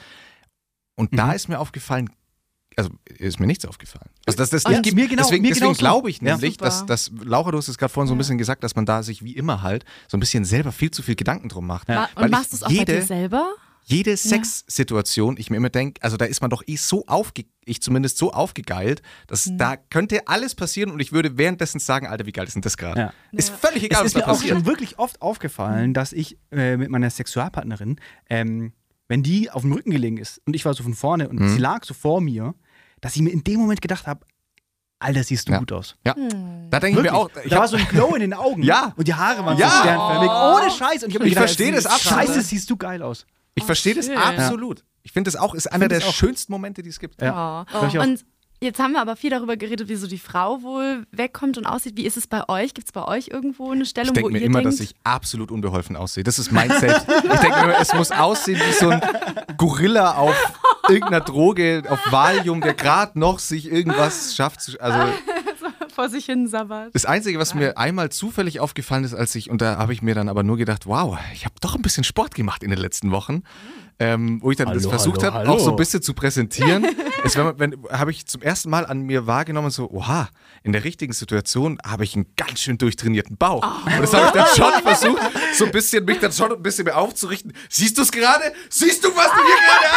Und da Mhm. ist mir aufgefallen, also ist mir nichts aufgefallen. Also das, das Ja, nicht gibt, mir genau- deswegen mir deswegen genauso. glaube ich Ja. nämlich, Super. dass, dass, Laura, du hast es gerade vorhin so ein bisschen gesagt, dass man da sich wie immer halt so ein bisschen selber viel zu viel Gedanken drum macht. Ma- Weil Und ich machst du es auch bei jede- dir selber? Jede Sexsituation, ich mir immer denke, also da ist man doch eh so aufge, ich zumindest so aufgegeilt, dass Mhm. da könnte alles passieren und ich würde währenddessen sagen, Alter, wie geil ist denn das gerade? Ja. Ist völlig Es egal, was ist da mir auch passiert. schon wirklich oft aufgefallen, dass ich äh, mit meiner Sexualpartnerin, ähm, wenn die auf dem Rücken gelegen ist und ich war so von vorne und Mhm. sie lag so vor mir, dass ich mir in dem Moment gedacht habe, Alter, siehst du Ja. gut aus. Ja, da denke ich Wirklich. mir auch, ich da war hab, so ein Glow in den Augen. Ja. Und die Haare waren Ja. so sternförmig. Ohne Scheiß. Und ich hab mir Ich gedacht, verstehe das absolut. Scheiße, siehst du geil aus. ich verstehe das schön. absolut. Ich finde das auch, ist einer find der das auch. schönsten Momente, die es gibt. Ja. Oh. Glaub ich auch. Und jetzt haben wir aber viel darüber geredet, wie so die Frau wohl wegkommt und aussieht. Wie ist es bei euch? Gibt es bei euch irgendwo eine Ich Stellung, wo denke mir ihr immer, denkt, dass ich absolut unbeholfen aussehe. Das ist mein Selbst. Ich denke mir immer, es muss aussehen wie so ein Gorilla auf irgendeiner Droge, auf Valium, der gerade noch sich irgendwas schafft. Zu, also vor sich hin sabbert? das Einzige, was mir einmal zufällig aufgefallen ist, als ich, und da habe ich mir dann aber nur gedacht, wow, ich habe doch ein bisschen Sport gemacht in den letzten Wochen. Ähm, wo ich dann das Hallo, versucht hallo, habe, hallo. auch so ein bisschen zu präsentieren. Es, wenn, man- wenn, habe ich zum ersten Mal an mir wahrgenommen, so, oha, in der richtigen Situation habe ich einen ganz schön durchtrainierten Bauch. Und das habe ich dann schon versucht, so ein bisschen, mich dann schon ein bisschen mehr aufzurichten. Siehst du es gerade? Siehst du, was du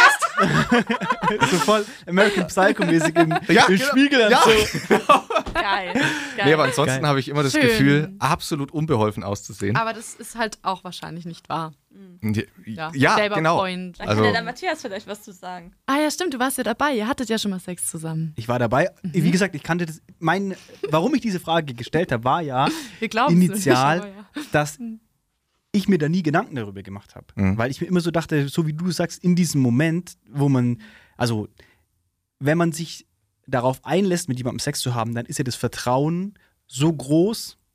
hier gerade hast? So voll American Psycho-mäßig im, Ja, im genau. Spiegel. und Ja. So. Geil. Geil. Nee, aber ansonsten Geil. habe ich immer das Schön. Gefühl, absolut unbeholfen auszusehen. Aber das ist halt auch wahrscheinlich nicht wahr. Ja, Ja, ja selber genau. Freund. Da Also- kann ja der Matthias vielleicht was zu sagen. Ah ja, stimmt, du warst ja dabei. Ihr hattet ja schon mal Sex zusammen. Ich war dabei. Wie gesagt, ich kannte das. Mein, warum ich diese Frage gestellt habe, war ja Wir glauben es initial, nicht, aber ja. dass ich mir da nie Gedanken darüber gemacht habe. Mhm. Weil ich mir immer so dachte, so wie du sagst, in diesem Moment, wo man, also wenn man sich darauf einlässt, mit jemandem Sex zu haben, dann ist ja das Vertrauen so groß,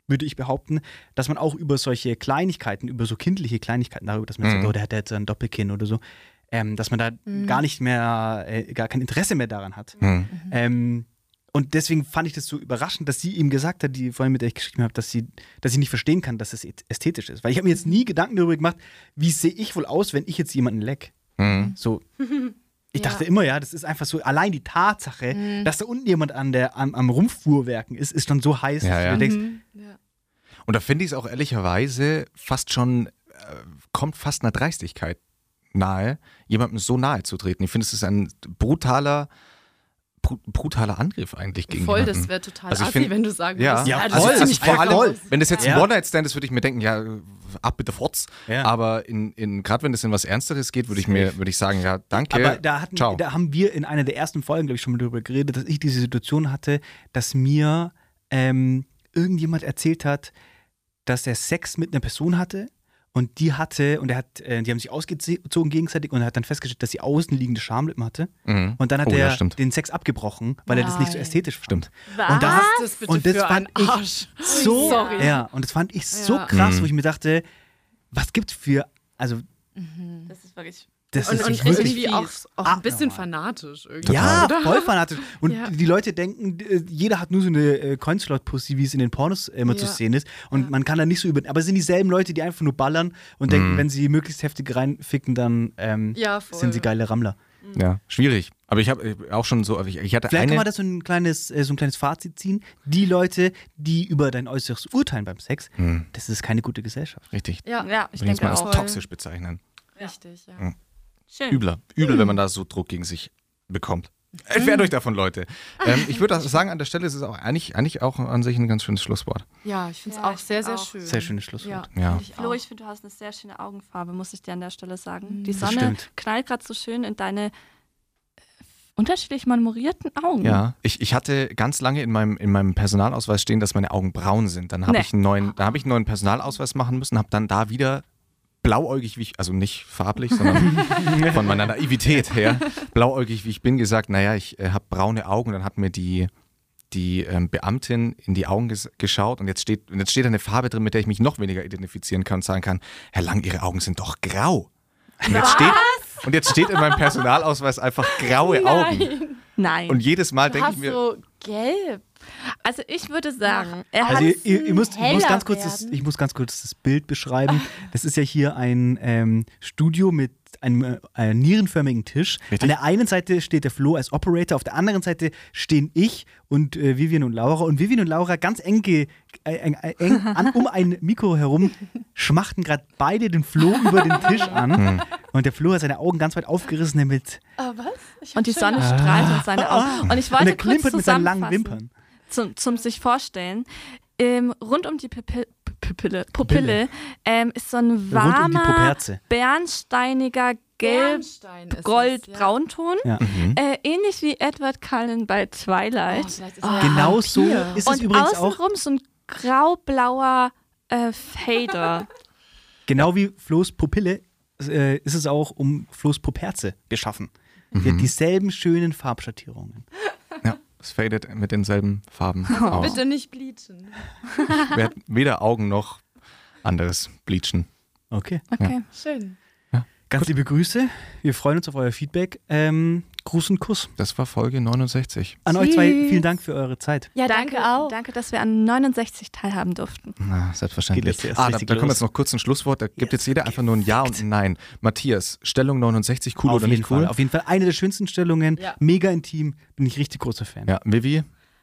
würde ich behaupten, dass man auch über solche Kleinigkeiten, über so kindliche Kleinigkeiten, darüber, dass man Mhm. sagt, oh, der hat jetzt ein Doppelkinn oder so, ähm, dass man da gar nicht mehr, äh, gar kein Interesse mehr daran hat. Mhm. Ähm, und deswegen fand ich das so überraschend, dass sie ihm gesagt hat, die Freundin, mit der ich geschrieben habe, dass sie, dass sie nicht verstehen kann, dass es ästhetisch ist. Weil ich habe mir jetzt nie Gedanken darüber gemacht, wie sehe ich wohl aus, wenn ich jetzt jemanden leck. Mhm. So. Ich Ja. dachte immer, ja, das ist einfach so, allein die Tatsache, dass da unten jemand an der, am, am Rumpffuhrwerken ist, ist schon so heiß, Ja, dass ja. du dir denkst, Mhm. Ja. Und da finde ich es auch ehrlicherweise fast schon, äh, kommt fast einer Dreistigkeit nahe, jemandem so nahe zu treten. Ich finde, es ist ein brutaler, bru- brutaler Angriff eigentlich gegen Voll, jemanden. das wäre total Also ich assi, find- wenn du sagen Ja, würdest, Ja, das voll. ist ziemlich vor allem, voll. wenn das jetzt ein Ja. One-Night-Stand ist, würde ich mir denken, ja, ab mit der Fotz. Ja. Aber in, in, gerade wenn es in was Ernsteres geht, würde ich mir, würde ich sagen, ja, danke. Aber da, hatten, ciao. da haben wir in einer der ersten Folgen, glaube ich, schon mal darüber geredet, dass ich diese Situation hatte, dass mir ähm, irgendjemand erzählt hat, dass er Sex mit einer Person hatte und die hatte, und er hat, äh, die haben sich ausgezogen gegenseitig und er hat dann festgestellt, dass sie außenliegende Schamlippen hatte. Mhm. Und dann hat Oh, ja, er stimmt. den Sex abgebrochen, weil er das nicht so Nein. ästhetisch fand. Stimmt. Was? Und da, Was ist das bitte und das für fand ein ich Arsch? so, Sorry. ja, und das fand ich so Ja. krass, Mhm. wo ich mir dachte, was gibt's für, also Das ist wirklich. das Und, ist und wirklich irgendwie auch, auch ein bisschen abnormal. fanatisch. Irgendwie, Ja, oder? voll fanatisch. Und Ja. die Leute denken, äh, jeder hat nur so eine äh, Coinslot-Pussy, wie es in den Pornos äh, immer zu Ja. sehen ist. Und Ja. man kann da nicht so über. Aber es sind dieselben Leute, die einfach nur ballern und denken, Mhm. wenn sie möglichst heftig reinficken, dann ähm, Ja, voll. sind sie geile Rammler. Ja, schwierig. Aber ich habe auch schon so, ich, ich hatte Vielleicht eine. kann man da so ein kleines, äh, so ein kleines Fazit ziehen. Die Leute, die über dein Äußeres urteilen beim Sex, Hm, das ist keine gute Gesellschacht. richtig. Ja, Ja, ich Wenn jetzt denke mal als auch. Voll. toxisch bezeichnen. richtig, ja. Mhm. Schön. Übler. Übel, wenn man da so Druck gegen sich bekommt. Entfernt euch davon, Leute. Ähm, ich würde sagen, an der Stelle ist es auch eigentlich, eigentlich auch an sich ein ganz schönes Schlusswort. Ja, ich finde es Ja, auch ich sehr, find sehr auch. schön. Sehr schönes Schlusswort. Ja, Ja. find ich Flo, auch. ich finde, du hast eine sehr schöne Augenfarbe, muss ich dir an der Stelle sagen. Mhm. Die Das Sonne stimmt. knallt gerade so schön in deine äh, unterschiedlich marmorierten Augen. Ja, ich, ich hatte ganz lange in meinem, in meinem Personalausweis stehen, dass meine Augen braun sind. Dann habe Nee. ich einen neuen, da habe ich einen neuen Personalausweis machen müssen, habe dann da wieder blauäugig, wie ich, also nicht farblich, sondern von meiner Naivität her, blauäugig, wie ich bin, gesagt, naja, ich äh, habe braune Augen. Dann hat mir die, die ähm, Beamtin in die Augen ges geschaut und jetzt steht, und jetzt steht da eine Farbe drin, mit der ich mich noch weniger identifizieren kann und sagen kann, Herr Lang, Ihre Augen sind doch grau. Und jetzt, steht, und jetzt steht in meinem Personalausweis einfach graue Augen. Nein. Und jedes Mal Du denke ich hast mir, so gelb. also ich würde sagen, er Also hat ihr, ihr, ihr müsst, ich, muss heller ganz kurz das, werden. ich muss ganz kurz das Bild beschreiben. Das ist ja hier ein ähm, Studio mit einem äh, äh, nierenförmigen Tisch. Richtig. An der einen Seite steht der Flo als Operator, auf der anderen Seite stehen ich und äh, Vivian und Laura. Und Vivian und Laura ganz eng, ge, äh, eng, äh, eng an, um ein Mikro herum schmachten gerade beide den Flo über den Tisch an. Und der Flo hat seine Augen ganz weit aufgerissen, damit. Ah, was? Ich hab und die schon Sonne gedacht- strahlt in seine Augen. Und ich Und wollte er klimpert kurz mit seinen langen zusammenfassen, Wimpern. zum, zum sich vorstellen, ähm, rund um die Pupille, Pupille, Pupille ähm, ist so ein Rund um die warmer, Puperze. bernsteiniger, gelb, Bernstein ist es, gold-braunton. Ja. mhm. Äh, ähnlich wie Edward Cullen bei Ja. Twilight. Oh, vielleicht ist er ja Genau so Vampir. ist es Und übrigens auch. außenrum so ein grau-blauer äh, Fader. Genau wie Flo's Pupille äh, ist es auch um Flo's Puperze geschaffen. Die hat dieselben schönen Farbschattierungen. ja, es fadet mit denselben Farben aus. Bitte nicht bleachen. Ich werde weder Augen noch anderes bleachen. Okay. Okay. Schön. Ganz liebe Grüße. Wir freuen uns auf euer Feedback. Ähm, Gruß und Kuss. Das war Folge neunundsechzig. An euch zwei vielen Dank für eure Zeit. Ja, Danke, danke, dass wir an neunundsechzig teilhaben durften. Na, selbstverständlich. Geht jetzt erst Ah, da, richtig da kommen los. jetzt noch kurz ein Schlusswort. Da gibt Yes, jetzt jeder einfach nur ein Ja und ein Nein. Matthias, Stellung neunundsechzig, cool auf oder jeden nicht cool? Fall. Auf jeden Fall eine der schönsten Stellungen. Ja. Mega intim. Bin ich richtig großer Fan. Ja, Vivi?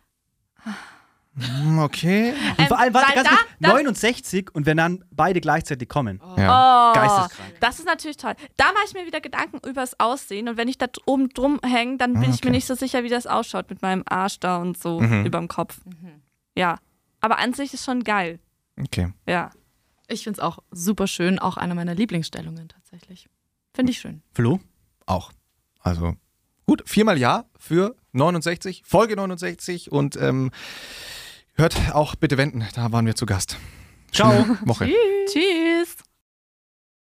Hm, Okay. Und vor allem, warte, weil ganz da- kurz, da- neunundsechzig und wenn dann beide gleichzeitig kommen. Ja. Oh, Geisteskrank. das ist natürlich toll. Da mache ich mir wieder Gedanken übers Aussehen und wenn ich da oben drum hänge, dann bin Ah, ich okay. mir nicht so sicher, wie das ausschaut mit meinem Arsch da und so Mhm. überm Kopf. Ja, aber an sich ist schon geil. Okay. Ja. Ich finde es auch super schön, auch eine meiner Lieblingsstellungen tatsächlich. Finde ich schön. Flo? Auch. Also gut, viermal Ja für neunundsechzig, Folge neunundsechzig und ähm, hört auch bitte wenden, da waren wir zu Gast. Ciao. Schöne Woche. Tschüss.